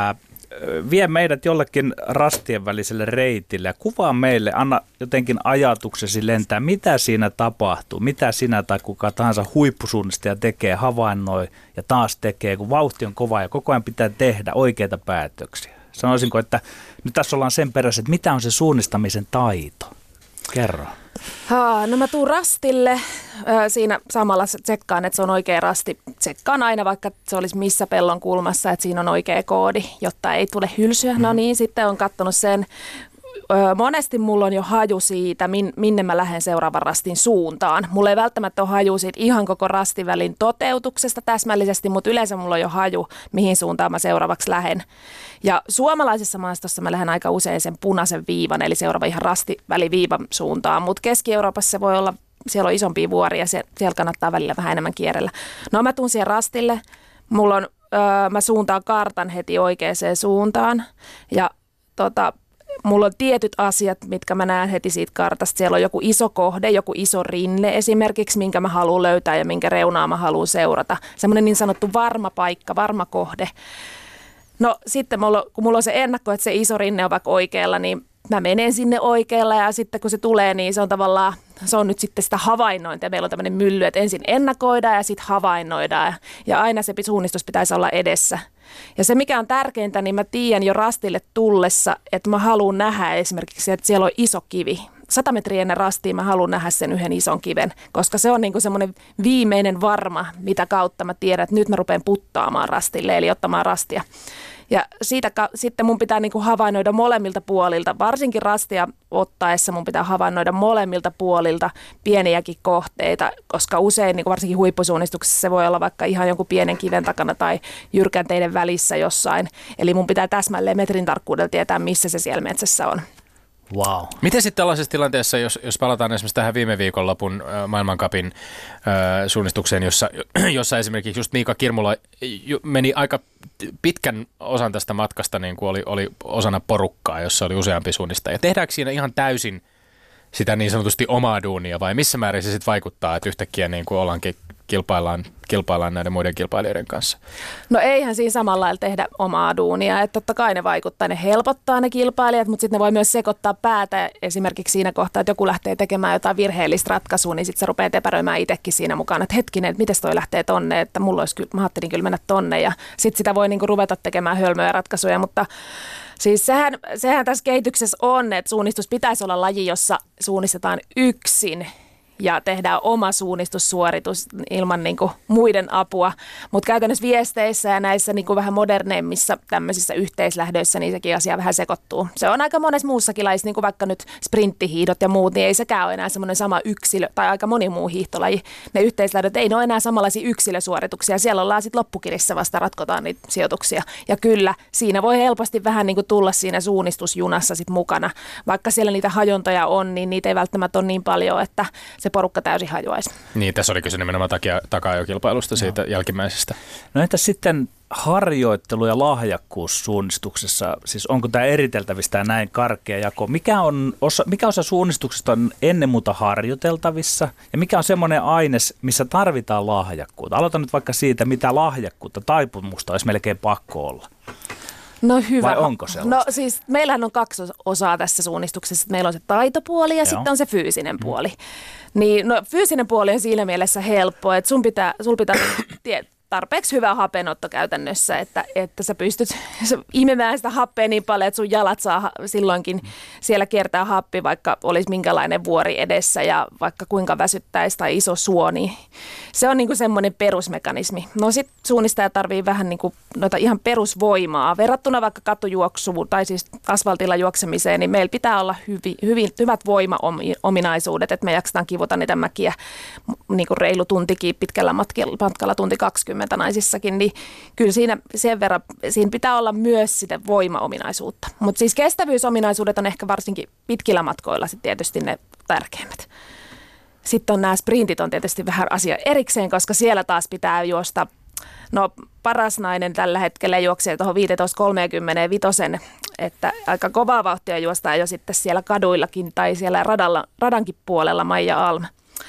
Vie meidät jollekin rastien väliselle reitille ja kuvaa meille, anna jotenkin ajatuksesi lentää, mitä siinä tapahtuu, mitä sinä tai kuka tahansa huippusuunnistaja tekee, havainnoi ja taas tekee, kun vauhti on kova ja koko ajan pitää tehdä oikeita päätöksiä. Sanoisinko, että nyt tässä ollaan sen perässä, että mitä on se suunnistamisen taito? Kerro. No mä tuun rastille, siinä samalla tsekkaan, että se on oikea rasti. Tsekkaan aina, vaikka se olisi missä pellon kulmassa, että siinä on oikea koodi, jotta ei tule hylsyä. No niin, sitten on katsonut sen. Monesti mulla on jo haju siitä, minne mä lähden seuraavan rastin suuntaan. Mulla ei välttämättä ole haju siitä ihan koko rastivälin toteutuksesta täsmällisesti, mutta yleensä mulla on jo haju, mihin suuntaan mä seuraavaksi lähden. Ja suomalaisessa maastossa mä lähden aika usein sen punaisen viivan, eli seuraava ihan rastiväliviivan suuntaan, mutta Keski-Euroopassa se voi olla, siellä on isompia vuoria, siellä kannattaa välillä vähän enemmän kierrellä. No mä tuun siihen rastille, mä suuntaan kartan heti oikeaan suuntaan ja mulla on tietyt asiat, mitkä mä näen heti siitä kartasta. Siellä on joku iso kohde, joku iso rinne esimerkiksi, minkä mä haluan löytää ja minkä reunaa mä haluan seurata. Semmoinen niin sanottu varma paikka, varma kohde. No sitten kun mulla on se ennakko, että se iso rinne on vaikka oikealla, niin mä menen sinne oikealla ja sitten kun se tulee, niin se on nyt sitten sitä havainnointia. Meillä on tämmöinen mylly, että ensin ennakoidaan ja sitten havainnoidaan ja aina se suunnistus pitäisi olla edessä. Ja se mikä on tärkeintä, niin mä tiedän jo rastille tullessa, että mä haluan nähdä esimerkiksi, että siellä on iso kivi. 100 metriä ennen rastiin mä haluan nähdä sen yhden ison kiven, koska se on niinku semmoinen viimeinen varma, mitä kautta mä tiedän, että nyt mä rupean puttaamaan rastille, eli ottamaan rastia. Ja sitten mun pitää niinku havainnoida molemmilta puolilta, varsinkin rastia ottaessa mun pitää havainnoida molemmilta puolilta pieniäkin kohteita, koska usein niinku varsinkin huippusuunnistuksessa se voi olla vaikka ihan jonkun pienen kiven takana tai jyrkänteiden välissä jossain. Eli mun pitää täsmälleen metrin tarkkuudella tietää, missä se siellä metsässä on. Wow. Miten sitten tällaisessa tilanteessa, jos palataan esimerkiksi tähän viime viikonlopun maailmancupin suunnistukseen, jossa esimerkiksi just Miika Kirmula meni aika pitkän osan tästä matkasta, niin kuin oli osana porukkaa, jossa oli useampi suunnistaja. Tehdäänkö siinä ihan täysin sitä niin sanotusti omaa duunia vai missä määrin se sitten vaikuttaa, että yhtäkkiä niin kuin ollaankin kilpaillaan näiden muiden kilpailijoiden kanssa? No eihän siinä samalla lailla tehdä omaa duunia, että totta kai ne vaikuttaa, ne helpottaa ne kilpailijat, mutta sitten ne voi myös sekoittaa päätä esimerkiksi siinä kohtaa, että joku lähtee tekemään jotain virheellistä ratkaisua, niin sitten se rupeaa epäröimään itsekin siinä mukana, että hetkinen, että miten toi lähtee tonne, että mä ajattelin kyllä mennä tonne ja sitten sitä voi niinku ruveta tekemään hölmöjä ratkaisuja, mutta siis sehän tässä kehityksessä on, että suunnistus pitäisi olla laji, jossa suunnistetaan yksin ja tehdään oma suunnistussuoritus ilman niin kuin muiden apua. Mutta käytännössä viesteissä ja näissä niin kuin vähän moderneimmissa tämmöisissä yhteislähdöissä niin sekin asia vähän sekoittuu. Se on aika monessa muussakin lajissa, niin kuin vaikka nyt sprinttihiidot ja muut, niin ei sekään ole enää semmoinen sama yksilö tai aika moni muu hiihtolaji. Ne yhteislähdöt ei ole enää samanlaisia yksilösuorituksia. Siellä ollaan sitten loppukirissä vasta ratkotaan niitä sijoituksia. Ja kyllä, siinä voi helposti vähän niin kuin tulla siinä suunnistusjunassa sit mukana. Vaikka siellä niitä hajontoja on, niin niitä ei välttämättä ole niin paljon, että se porukka täysin hajoaisi. Niin, tässä oli kyse nimenomaan takajokilpailusta siitä jälkimmäisestä. No entäs sitten harjoittelu ja lahjakkuus suunnistuksessa? Siis onko tämä eriteltävistä näin karkea jako? Mikä osa suunnistuksesta on ennen muuta harjoiteltavissa ja mikä on semmoinen aines, missä tarvitaan lahjakkuutta? Aloitan nyt vaikka siitä, mitä lahjakkuutta, taipumusta olisi melkein pakko olla. No hyvä. Vai onko sellaista? No siis meillähän on 2 osaa tässä suunnistuksessa. Meillä on se taitopuoli ja sitten on se fyysinen puoli. Niin, no fyysinen puoli on siinä mielessä helppo, että sulla pitää tarpeeksi hyvä hapenotto käytännössä, että sä pystyt imemään sitä happea niin paljon, että sun jalat saa silloinkin siellä kiertää happi, vaikka olisi minkälainen vuori edessä ja vaikka kuinka väsyttäisi tai iso suoni. Se on niinku semmoinen perusmekanismi. No sit suunnistaja tarvii vähän niinku noita ihan perusvoimaa. Verrattuna vaikka katujuoksuun tai siis asfaltilla juoksemiseen, niin meillä pitää olla hyvät voimaominaisuudet, että me jaksetaan kivuta niitä mäkiä niinku reilu tuntikin pitkällä matkalla tunti 20 naisissakin, niin kyllä siinä sen verran, siinä pitää olla myös sitä voimaominaisuutta. Mutta siis kestävyysominaisuudet on ehkä varsinkin pitkillä matkoilla sitten tietysti ne tärkeimmät. Sitten on nämä sprintit on tietysti vähän asia erikseen, koska siellä taas pitää juosta, no paras nainen tällä hetkellä juoksee tuohon 15.35, että aika kovaa vauhtia juostaan jo sitten siellä kaduillakin tai siellä radankin puolella Maija Alm.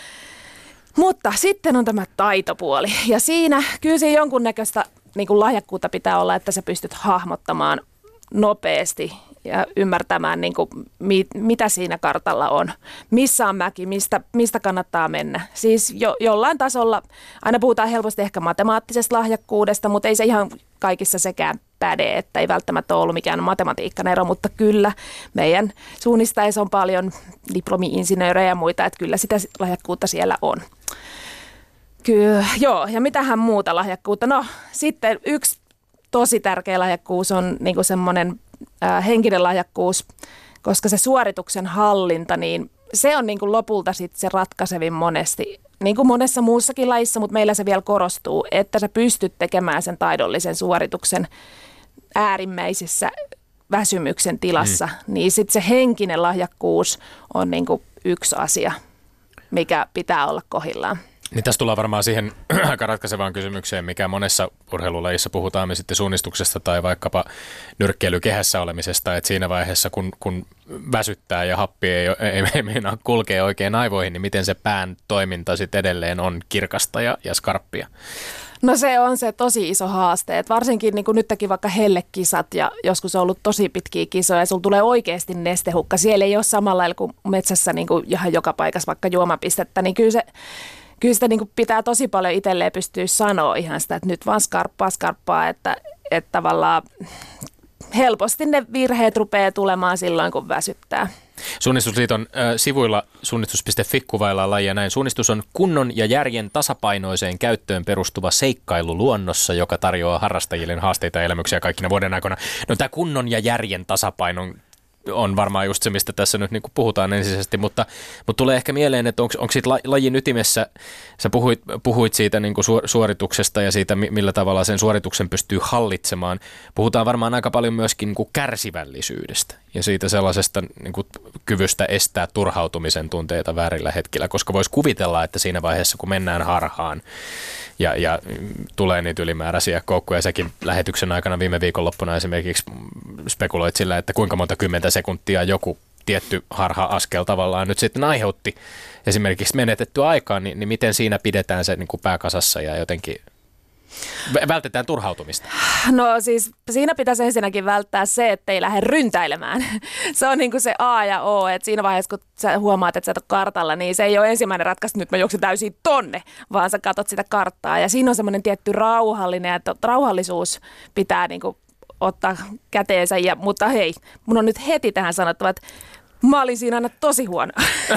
Mutta sitten on tämä taitopuoli ja kyllä siinä jonkunnäköistä niin kuin lahjakkuutta pitää olla, että sä pystyt hahmottamaan nopeasti ja ymmärtämään, niin kuin, mitä siinä kartalla on, missä on mäki, mistä kannattaa mennä. Siis jollain tasolla, aina puhutaan helposti ehkä matemaattisesta lahjakkuudesta, mutta ei se ihan kaikissa sekään päde, että ei välttämättä ole ollut mikään matematiikkanero, mutta kyllä meidän suunnistajissa on paljon diplomi-insinöörejä ja muita, että kyllä sitä lahjakkuutta siellä on. Kyllä, joo, ja mitähän muuta lahjakkuutta? No sitten yksi tosi tärkeä lahjakkuus on niinku semmoinen henkinen lahjakkuus, koska se suorituksen hallinta, niin se on niinku lopulta sitten se ratkaisevin monesti, niin kuin monessa muussakin lajissa, mutta meillä se vielä korostuu, että sä pystyt tekemään sen taidollisen suorituksen äärimmäisessä väsymyksen tilassa, niin sitten se henkinen lahjakkuus on niinku yksi asia, mikä pitää olla kohdillaan. Niin tässä tullaan varmaan siihen aika ratkaisevaan kysymykseen, mikä monessa urheilulajissa puhutaan me sitten suunnistuksesta tai vaikkapa nyrkkeilykehässä olemisesta, että siinä vaiheessa kun väsyttää ja happi ei meinaa kulkea oikein aivoihin, niin miten se pään toiminta sitten edelleen on kirkasta ja skarppia? No se on se tosi iso haaste, että varsinkin niin kuin nytkin vaikka hellekisat ja joskus on ollut tosi pitkiä kisoja ja sulla tulee oikeasti nestehukka. Siellä ei ole samalla lailla kuin metsässä niin kuin ihan joka paikassa vaikka juomapistettä, niin kyllä sitä niin kuin pitää tosi paljon itselleen pystyä sanoa ihan sitä, että nyt vaan skarppaa, että tavallaan helposti ne virheet rupeaa tulemaan silloin, kun väsyttää. Suunnistusliiton sivuilla suunnistus.fi kuvaillaan lajia näin. Suunnistus on kunnon ja järjen tasapainoiseen käyttöön perustuva seikkailu luonnossa, joka tarjoaa harrastajille haasteita ja elämyksiä kaikkina vuoden aikana. No tämä kunnon ja järjen tasapaino on varmaan just se, mistä tässä nyt niin kuin puhutaan ensisijaisesti, mutta tulee ehkä mieleen, että onko siitä lajin ytimessä, sä puhuit siitä niin kuin suorituksesta ja siitä, millä tavalla sen suorituksen pystyy hallitsemaan. Puhutaan varmaan aika paljon myöskin niin kuin kärsivällisyydestä ja siitä sellaisesta niin kuin kyvystä estää turhautumisen tunteita väärillä hetkillä, koska voisi kuvitella, että siinä vaiheessa, kun mennään harhaan ja tulee niitä ylimääräisiä koukkuja, säkin lähetyksen aikana viime viikonloppuna esimerkiksi spekuloit sillä, että kuinka monta 10 sekuntia joku tietty harha-askel tavallaan nyt sitten aiheutti esimerkiksi menetettyä aikaa, niin miten siinä pidetään se niin kuin pääkasassa ja jotenkin vältetään turhautumista? No siis siinä pitäisi ensinnäkin välttää se, että ei lähde ryntäilemään. Se on niin kuin se A ja O, että siinä vaiheessa, kun sä huomaat, että sä et ole kartalla, niin se ei ole ensimmäinen ratkaisu, että nyt mä juoksen täysin tonne, vaan sä katot sitä karttaa. Ja siinä on semmoinen tietty rauhallinen, että rauhallisuus pitää niin kuin ottaa käteensä. Mutta hei, mun on nyt heti tähän sanottava, että mä olin siinä aina tosi huono.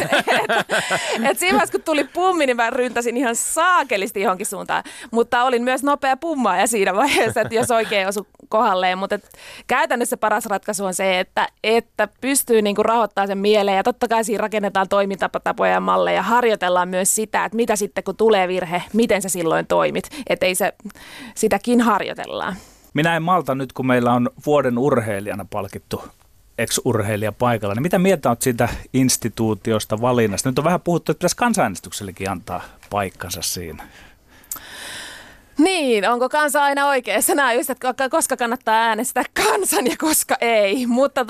Et siinä vaiheessa, kun tuli pummi, niin mä ryntäsin ihan saakelisti johonkin suuntaan. Mutta olin myös nopea pummaaja siinä vaiheessa, että jos oikein osui kohdalleen. Mutta käytännössä paras ratkaisu on se, että pystyy niinku rahoittamaan sen mieleen. Ja totta kai siinä rakennetaan toimintatapoja ja malleja. Ja harjoitellaan myös sitä, että mitä sitten kun tulee virhe, miten sä silloin toimit. Että ei sitäkin harjoitellaan. Minä en malta nyt, kun meillä on vuoden urheilijana palkittu ex-urheilija paikalla, niin mitä mieltä olet siitä instituutiosta, valinnasta? Nyt on vähän puhuttu, että pitäisi kansanäänestyksellekin antaa paikkansa siinä. Niin, onko kansa aina oikeassa? Nämä just, että koska kannattaa äänestää kansan ja koska ei. Mutta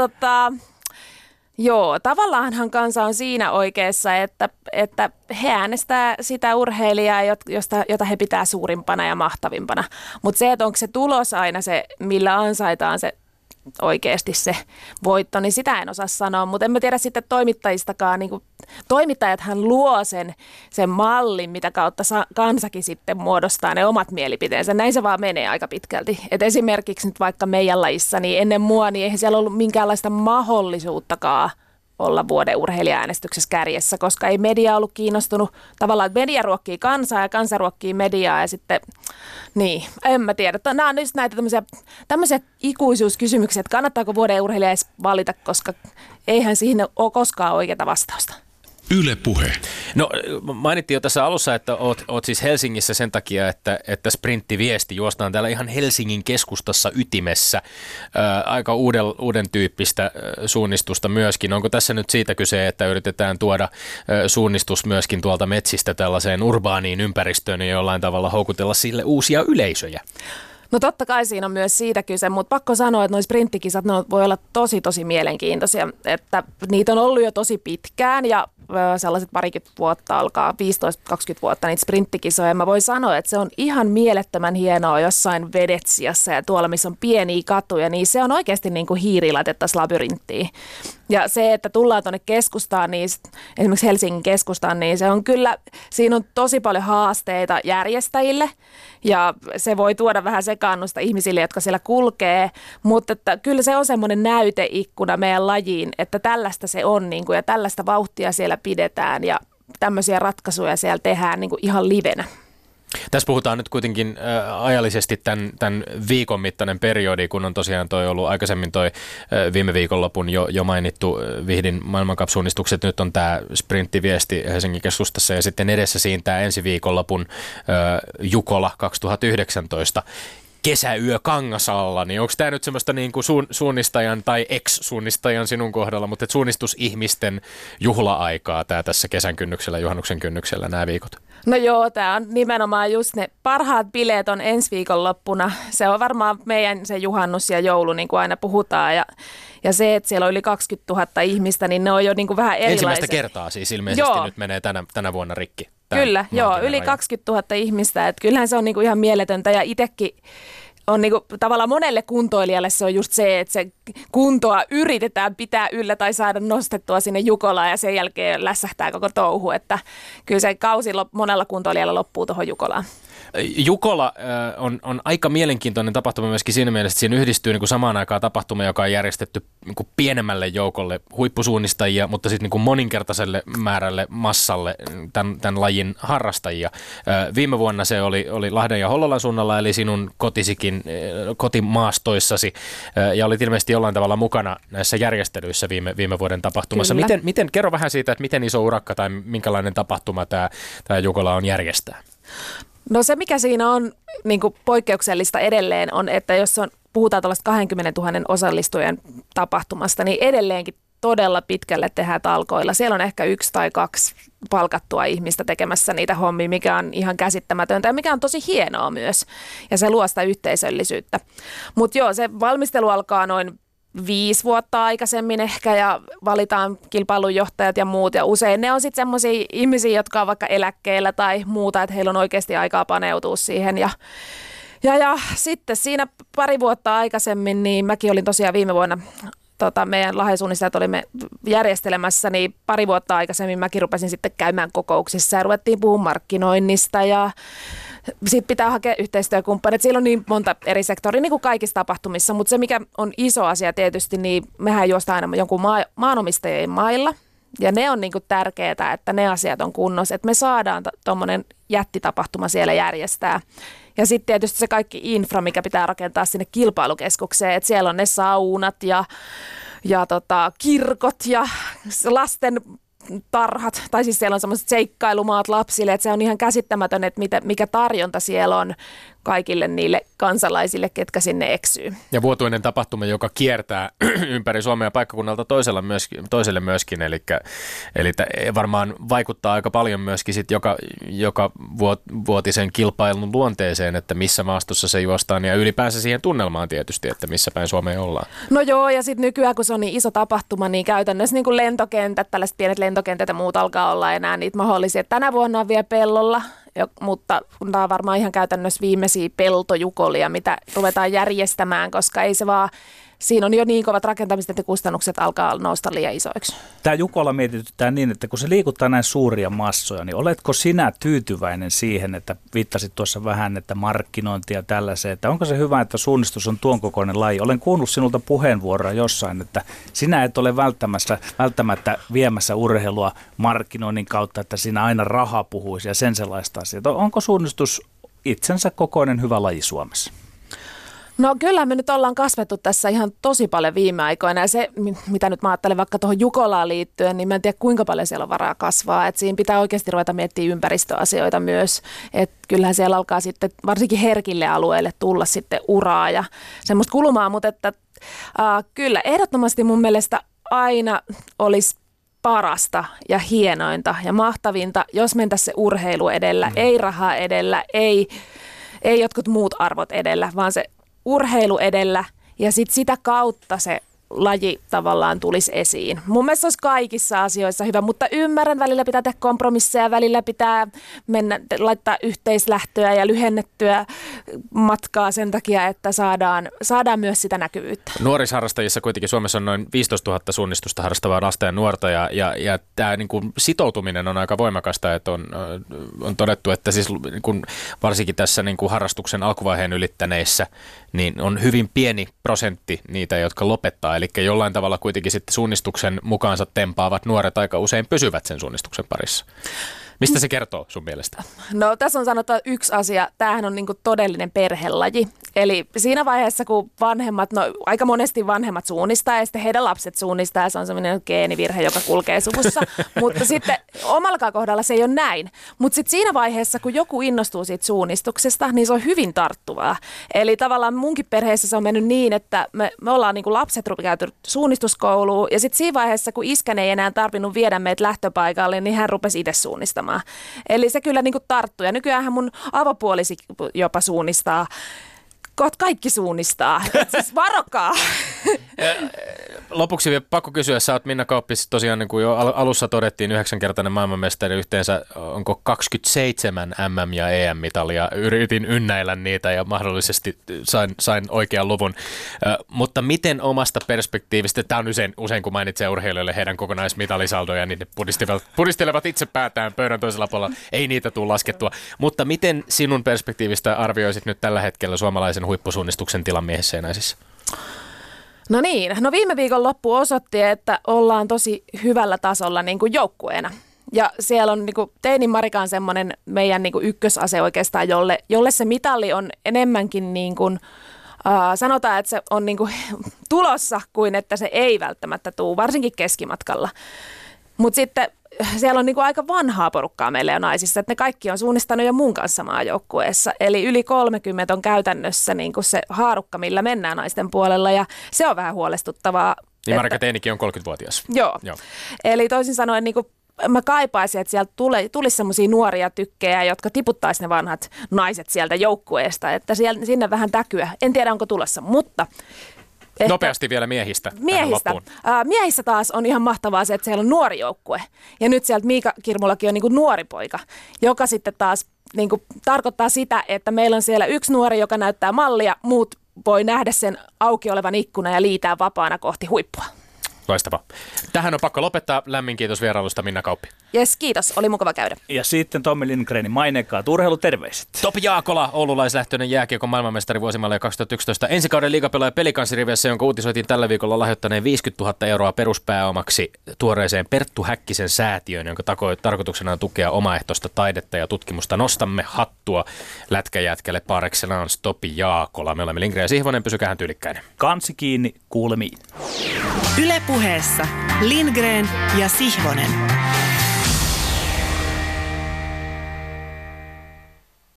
joo, tavallaanhan kansa on siinä oikeassa, että he äänestää sitä urheilijaa, jota he pitää suurimpana ja mahtavimpana. Mutta se, että onko se tulos aina se, millä ansaitaan se oikeasti se voitto, niin sitä en osaa sanoa, mutta en mä tiedä sitten toimittajistakaan, niin kuin, toimittajathan luo sen mallin, mitä kautta kansakin sitten muodostaa ne omat mielipiteensä, näin se vaan menee aika pitkälti, et esimerkiksi nyt vaikka meidän lajissa, niin ennen mua, niin eihän siellä ollut minkäänlaista mahdollisuuttakaan olla vuoden urheilija-äänestyksessä kärjessä, koska ei media ollut kiinnostunut. Tavallaan, että media ruokkii kansaa ja kansa ruokkii mediaa ja sitten, niin, en mä tiedä. Nämä on nyt näitä tämmöisiä ikuisuuskysymyksiä, että kannattaako vuoden urheilija edes valita, koska eihän siihen ole koskaan oikeaa vastausta. Yle Puhe. No mainittiin jo tässä alussa, että oot siis Helsingissä sen takia, että sprinttiviesti juostaan täällä ihan Helsingin keskustassa ytimessä. Aika uuden tyyppistä suunnistusta myöskin. Onko tässä nyt siitä kyse, että yritetään tuoda suunnistus myöskin tuolta metsistä tällaiseen urbaaniin ympäristöön ja jollain tavalla houkutella sille uusia yleisöjä? No totta kai siinä on myös siitä kyse, mutta pakko sanoa, että nuo sprinttikisat ne voi olla tosi mielenkiintoisia, että niitä on ollut jo tosi pitkään ja sellaiset parikymmentä vuotta alkaa, 15-20 vuotta niitä sprinttikisoja. Mä voin sanoa, että se on ihan mielettömän hienoa jossain Venetsiassa ja tuolla, missä on pieniä katuja, niin se on oikeasti niin kuin hiiri laitettaisiin labyrinttiin. Ja se, että tullaan tuonne keskustaan, niin esimerkiksi Helsingin keskustaan, niin se on kyllä, siinä on tosi paljon haasteita järjestäjille ja se voi tuoda vähän sekaannusta ihmisille, jotka siellä kulkee, mutta että kyllä se on semmoinen näyteikkuna meidän lajiin, että tällaista se on niin kuin, ja tällaista vauhtia siellä pidetään ja tämmöisiä ratkaisuja siellä tehdään niin kuin ihan livenä. Tässä puhutaan nyt kuitenkin ajallisesti tämän viikon mittainen periodi, kun on tosiaan ollut aikaisemmin viime viikonlopun jo mainittu Vihdin maailmancupsuunnistukset. Nyt on tämä sprinttiviesti Helsingin keskustassa ja sitten edessä siinä tämä ensi viikonlopun Jukola 2019. Kesäyö Kangasalla, niin onko tämä nyt semmoista niin kuin suunnistajan tai ex-suunnistajan sinun kohdalla, mutta suunnistusihmisten juhla-aikaa tämä tässä kesän kynnyksellä, juhannuksen kynnyksellä nämä viikot? No joo, tämä on nimenomaan just ne parhaat bileet on ensi viikonloppuna. Se on varmaan meidän se juhannus ja joulu, niin kuin aina puhutaan. Ja se, että siellä on yli 20 000 ihmistä, niin ne on jo niin kuin vähän erilaisia. Ensimmäistä kertaa siis ilmeisesti joo. Nyt menee tänä vuonna rikki. Kyllä, joo, yli 20 000 ihmistä. Että kyllähän se on niin kuin ihan mieletöntä ja itsekin on niin kuin, tavallaan monelle kuntoilijalle se on just se, että se kuntoa yritetään pitää yllä tai saada nostettua sinne Jukolaan ja sen jälkeen lässähtää koko touhu. Että kyllä se kausi monella kuntoilijalla loppuu tuohon Jukolaan. Jukola on aika mielenkiintoinen tapahtuma myöskin siinä mielessä, että siinä yhdistyy niin kuin samaan aikaan tapahtuma, joka on järjestetty niin kuin pienemmälle joukolle huippusuunnistajia, mutta sitten niin kuin moninkertaiselle määrälle massalle tämän lajin harrastajia. Viime vuonna se oli Lahden ja Hollolan suunnalla, eli sinun kotisikin, kotimaastoissasi, ja olit ilmeisesti jollain tavalla mukana näissä järjestelyissä viime vuoden tapahtumassa. Miten kerro vähän siitä, että miten iso urakka tai minkälainen tapahtuma tämä Jukola on järjestää? No se, mikä siinä on niin kuin poikkeuksellista edelleen on, että jos puhutaan tällaista 20 000 osallistujan tapahtumasta, niin edelleenkin todella pitkälle tehdään talkoilla. Siellä on ehkä 1 tai 2 palkattua ihmistä tekemässä niitä hommia, mikä on ihan käsittämätöntä ja mikä on tosi hienoa myös. Ja se luo sitä yhteisöllisyyttä. Mutta joo, se valmistelu alkaa noin 5 vuotta aikaisemmin ehkä ja valitaan kilpailunjohtajat ja muut ja usein ne on sitten semmoisia ihmisiä, jotka on vaikka eläkkeellä tai muuta, että heillä on oikeasti aikaa paneutua siihen ja sitten siinä 2 vuotta aikaisemmin, niin mäkin olin tosiaan viime vuonna meidän lahjasuunnistajat olimme järjestelemässä, niin 2 vuotta aikaisemmin mäkin rupesin sitten käymään kokouksissa ja ruvettiin puhumaan markkinoinnista ja sitten pitää hakea yhteistyökumppanit. Siellä on niin monta eri sektoria, niin kuin kaikissa tapahtumissa, mutta se mikä on iso asia tietysti, niin mehän juostaan aina jonkun maanomistajien mailla. Ja ne on niin kuin tärkeää, että ne asiat on kunnossa, että me saadaan tuommoinen jättitapahtuma siellä järjestää. Ja sitten tietysti se kaikki infra, mikä pitää rakentaa sinne kilpailukeskukseen, että siellä on ne saunat ja kirkot ja lasten tarhat, tai siis siellä on semmoiset seikkailumaat lapsille, että se on ihan käsittämätön, että mikä tarjonta siellä on kaikille niille kansalaisille, ketkä sinne eksyy. Ja vuotuinen tapahtuma, joka kiertää ympäri Suomea paikkakunnalta toiselle myöskin, eli varmaan vaikuttaa aika paljon myöskin sit joka vuotisen kilpailun luonteeseen, että missä maastossa se juostaan ja ylipäänsä siihen tunnelmaan tietysti, että missä päin Suomeen ollaan. No joo, ja sitten nykyään kun se on niin iso tapahtuma, niin käytännössä niin kuin lentokentät, tällaiset pienet lentokentät ja muut alkaa olla enää niitä mahdollisia. Tänä vuonna on vielä pellolla, mutta tämä on varmaan ihan käytännössä viimeisiä peltojukolia, mitä ruvetaan järjestämään, koska ei se vaan siinä on jo niin kovat rakentamiset, että kustannukset alkaa nousta liian isoiksi. Tämä Jukola mietityttää niin, että kun se liikuttaa näin suuria massoja, niin oletko sinä tyytyväinen siihen, että viittasit tuossa vähän, että markkinointi ja tällaiseen, että onko se hyvä, että suunnistus on tuon kokoinen laji? Olen kuullut sinulta puheenvuoroa jossain, että sinä et ole välttämättä viemässä urheilua markkinoinnin kautta, että siinä aina raha puhuisi ja sen sellaista asiaa. Onko suunnistus itsensä kokoinen hyvä laji Suomessa? No kyllä me nyt ollaan kasvettu tässä ihan tosi paljon viime aikoina ja se, mitä nyt mä ajattelen vaikka tuohon Jukolaan liittyen, niin mä en tiedä kuinka paljon siellä on varaa kasvaa. Että siinä pitää oikeasti ruveta miettimään ympäristöasioita myös. Että kyllähän siellä alkaa sitten varsinkin herkille alueille tulla sitten uraa ja semmoista kulumaa, mutta että kyllä ehdottomasti mun mielestä aina olisi parasta ja hienointa ja mahtavinta, jos mentäisiin se urheilu edellä, ei raha edellä, ei jotkut muut arvot edellä, vaan se urheilu edellä ja sitten sitä kautta se laji tavallaan tulisi esiin. Mun mielestä se olisi kaikissa asioissa hyvä, mutta ymmärrän, välillä pitää tehdä kompromisseja, välillä pitää laittaa yhteislähtöä ja lyhennettyä matkaa sen takia, että saadaan myös sitä näkyvyyttä. Nuorisharrastajissa kuitenkin Suomessa on noin 15 000 suunnistusta harrastavaa lasta ja nuorta ja tämä niin kuin sitoutuminen on aika voimakasta, että on todettu, että siis niin kuin varsinkin tässä niin kuin harrastuksen alkuvaiheen ylittäneissä niin on hyvin pieni prosentti niitä, jotka lopettaa. Eli jollain tavalla kuitenkin sitten suunnistuksen mukaansa tempaavat nuoret aika usein pysyvät sen suunnistuksen parissa. Mistä se kertoo sun mielestä? No tässä on sanottava yksi asia. Tämähän on niinku todellinen perhelaji. Eli siinä vaiheessa, kun aika monesti vanhemmat suunnistaa ja sitten heidän lapset suunnistaa ja se on sellainen geenivirhe, joka kulkee suvussa. Mutta sitten omallakaan kohdalla se ei ole näin. Mutta sitten siinä vaiheessa, kun joku innostuu siitä suunnistuksesta, niin se on hyvin tarttuvaa. Eli tavallaan munkin perheessä se on mennyt niin, että me ollaan niinku lapset käyty suunnistuskouluun ja sitten siinä vaiheessa, kun iskän ei enää tarvinnut viedä meitä lähtöpaikalle, niin hän rupesi itse suunnistamaan. Eli se kyllä niinku tarttuu ja nykyäänhän mun avopuolisi jopa suunnistaa. Kaikki suunnistaa. Siis varokaa. Lopuksi vielä pakko kysyä, sä oot Minna Kauppis tosiaan niin kuin jo alussa todettiin 9-kertainen maailmanmestari, yhteensä onko 27 MM- ja EM-mitalia. Yritin ynnäillä niitä ja mahdollisesti sain oikean luvun. Mutta miten omasta perspektiivistä, tämä on usein kun mainitsee urheilijoille heidän kokonaismitalisaldoja, niin ne pudistelevat itse päätään pöydän toisella puolella. Ei niitä tule laskettua. Mutta miten sinun perspektiivistä arvioisit nyt tällä hetkellä suomalaisen huippusuunnistuksen tilan miehissä ja naisissa? No niin, viime viikon loppu osoitti, että ollaan tosi hyvällä tasolla niin kuin joukkueena. Ja siellä on niin kuin Teinin Marika on semmoinen meidän niin kuin ykkösase oikeastaan, jolle se mitali on enemmänkin niin kuin, sanotaan, että se on niin kuin tulossa kuin että se ei välttämättä tule, varsinkin keskimatkalla. Mutta sitten siellä on niinku aika vanhaa porukkaa meillä jo naisissa, että ne kaikki on suunnistanut jo mun kanssa maajoukkueessa. Eli yli 30 on käytännössä niinku se haarukka, millä mennään naisten puolella ja se on vähän huolestuttavaa. Niin Marika Teinikin on 30-vuotias. Joo. Eli toisin sanoen niinku mä kaipaisin, että sieltä tulisi semmoisia nuoria tykkejä, jotka tiputtaisi ne vanhat naiset sieltä joukkueesta, että sinne vähän täkyä. En tiedä, onko tulossa, mutta nopeasti vielä miehistä. Miehissä taas on ihan mahtavaa se, että siellä on nuori joukkue. Ja nyt sieltä Miika Kirmulakin on niin kuin nuori poika, joka sitten taas niin kuin tarkoittaa sitä, että meillä on siellä yksi nuori, joka näyttää mallia, muut voi nähdä sen auki olevan ikkuna ja liitää vapaana kohti huippua. Loistavaa. Tähän on pakko lopettaa. Lämmin kiitos vierailusta, Minna Kauppi. Jes, kiitos. Oli mukava käydä. Ja sitten Tommi Lindgrenin maineikkaat urheiluterveiset. Topi Jaakola, oululaislähtöinen jääkiekon maailmanmestari vuosimallia 2011. Ensi kauden liigapelaaja Pelikanssiriveissä, jonka uutisoitiin tällä viikolla lahjoittaneen 50 000 euroa peruspääomaksi tuoreeseen Perttu Häkkisen säätiöön, jonka tarkoituksena on tukea omaehtoista taidetta ja tutkimusta. Nostamme hattua lätkäjätkälle par excellence Topi Jaakola. Me olemme Lindgren ja Sihvonen, pysykäähän tyylikkäinen. Kansi kiinni, kuulemiin. Yle Puheessa Lindgren ja Sihvonen.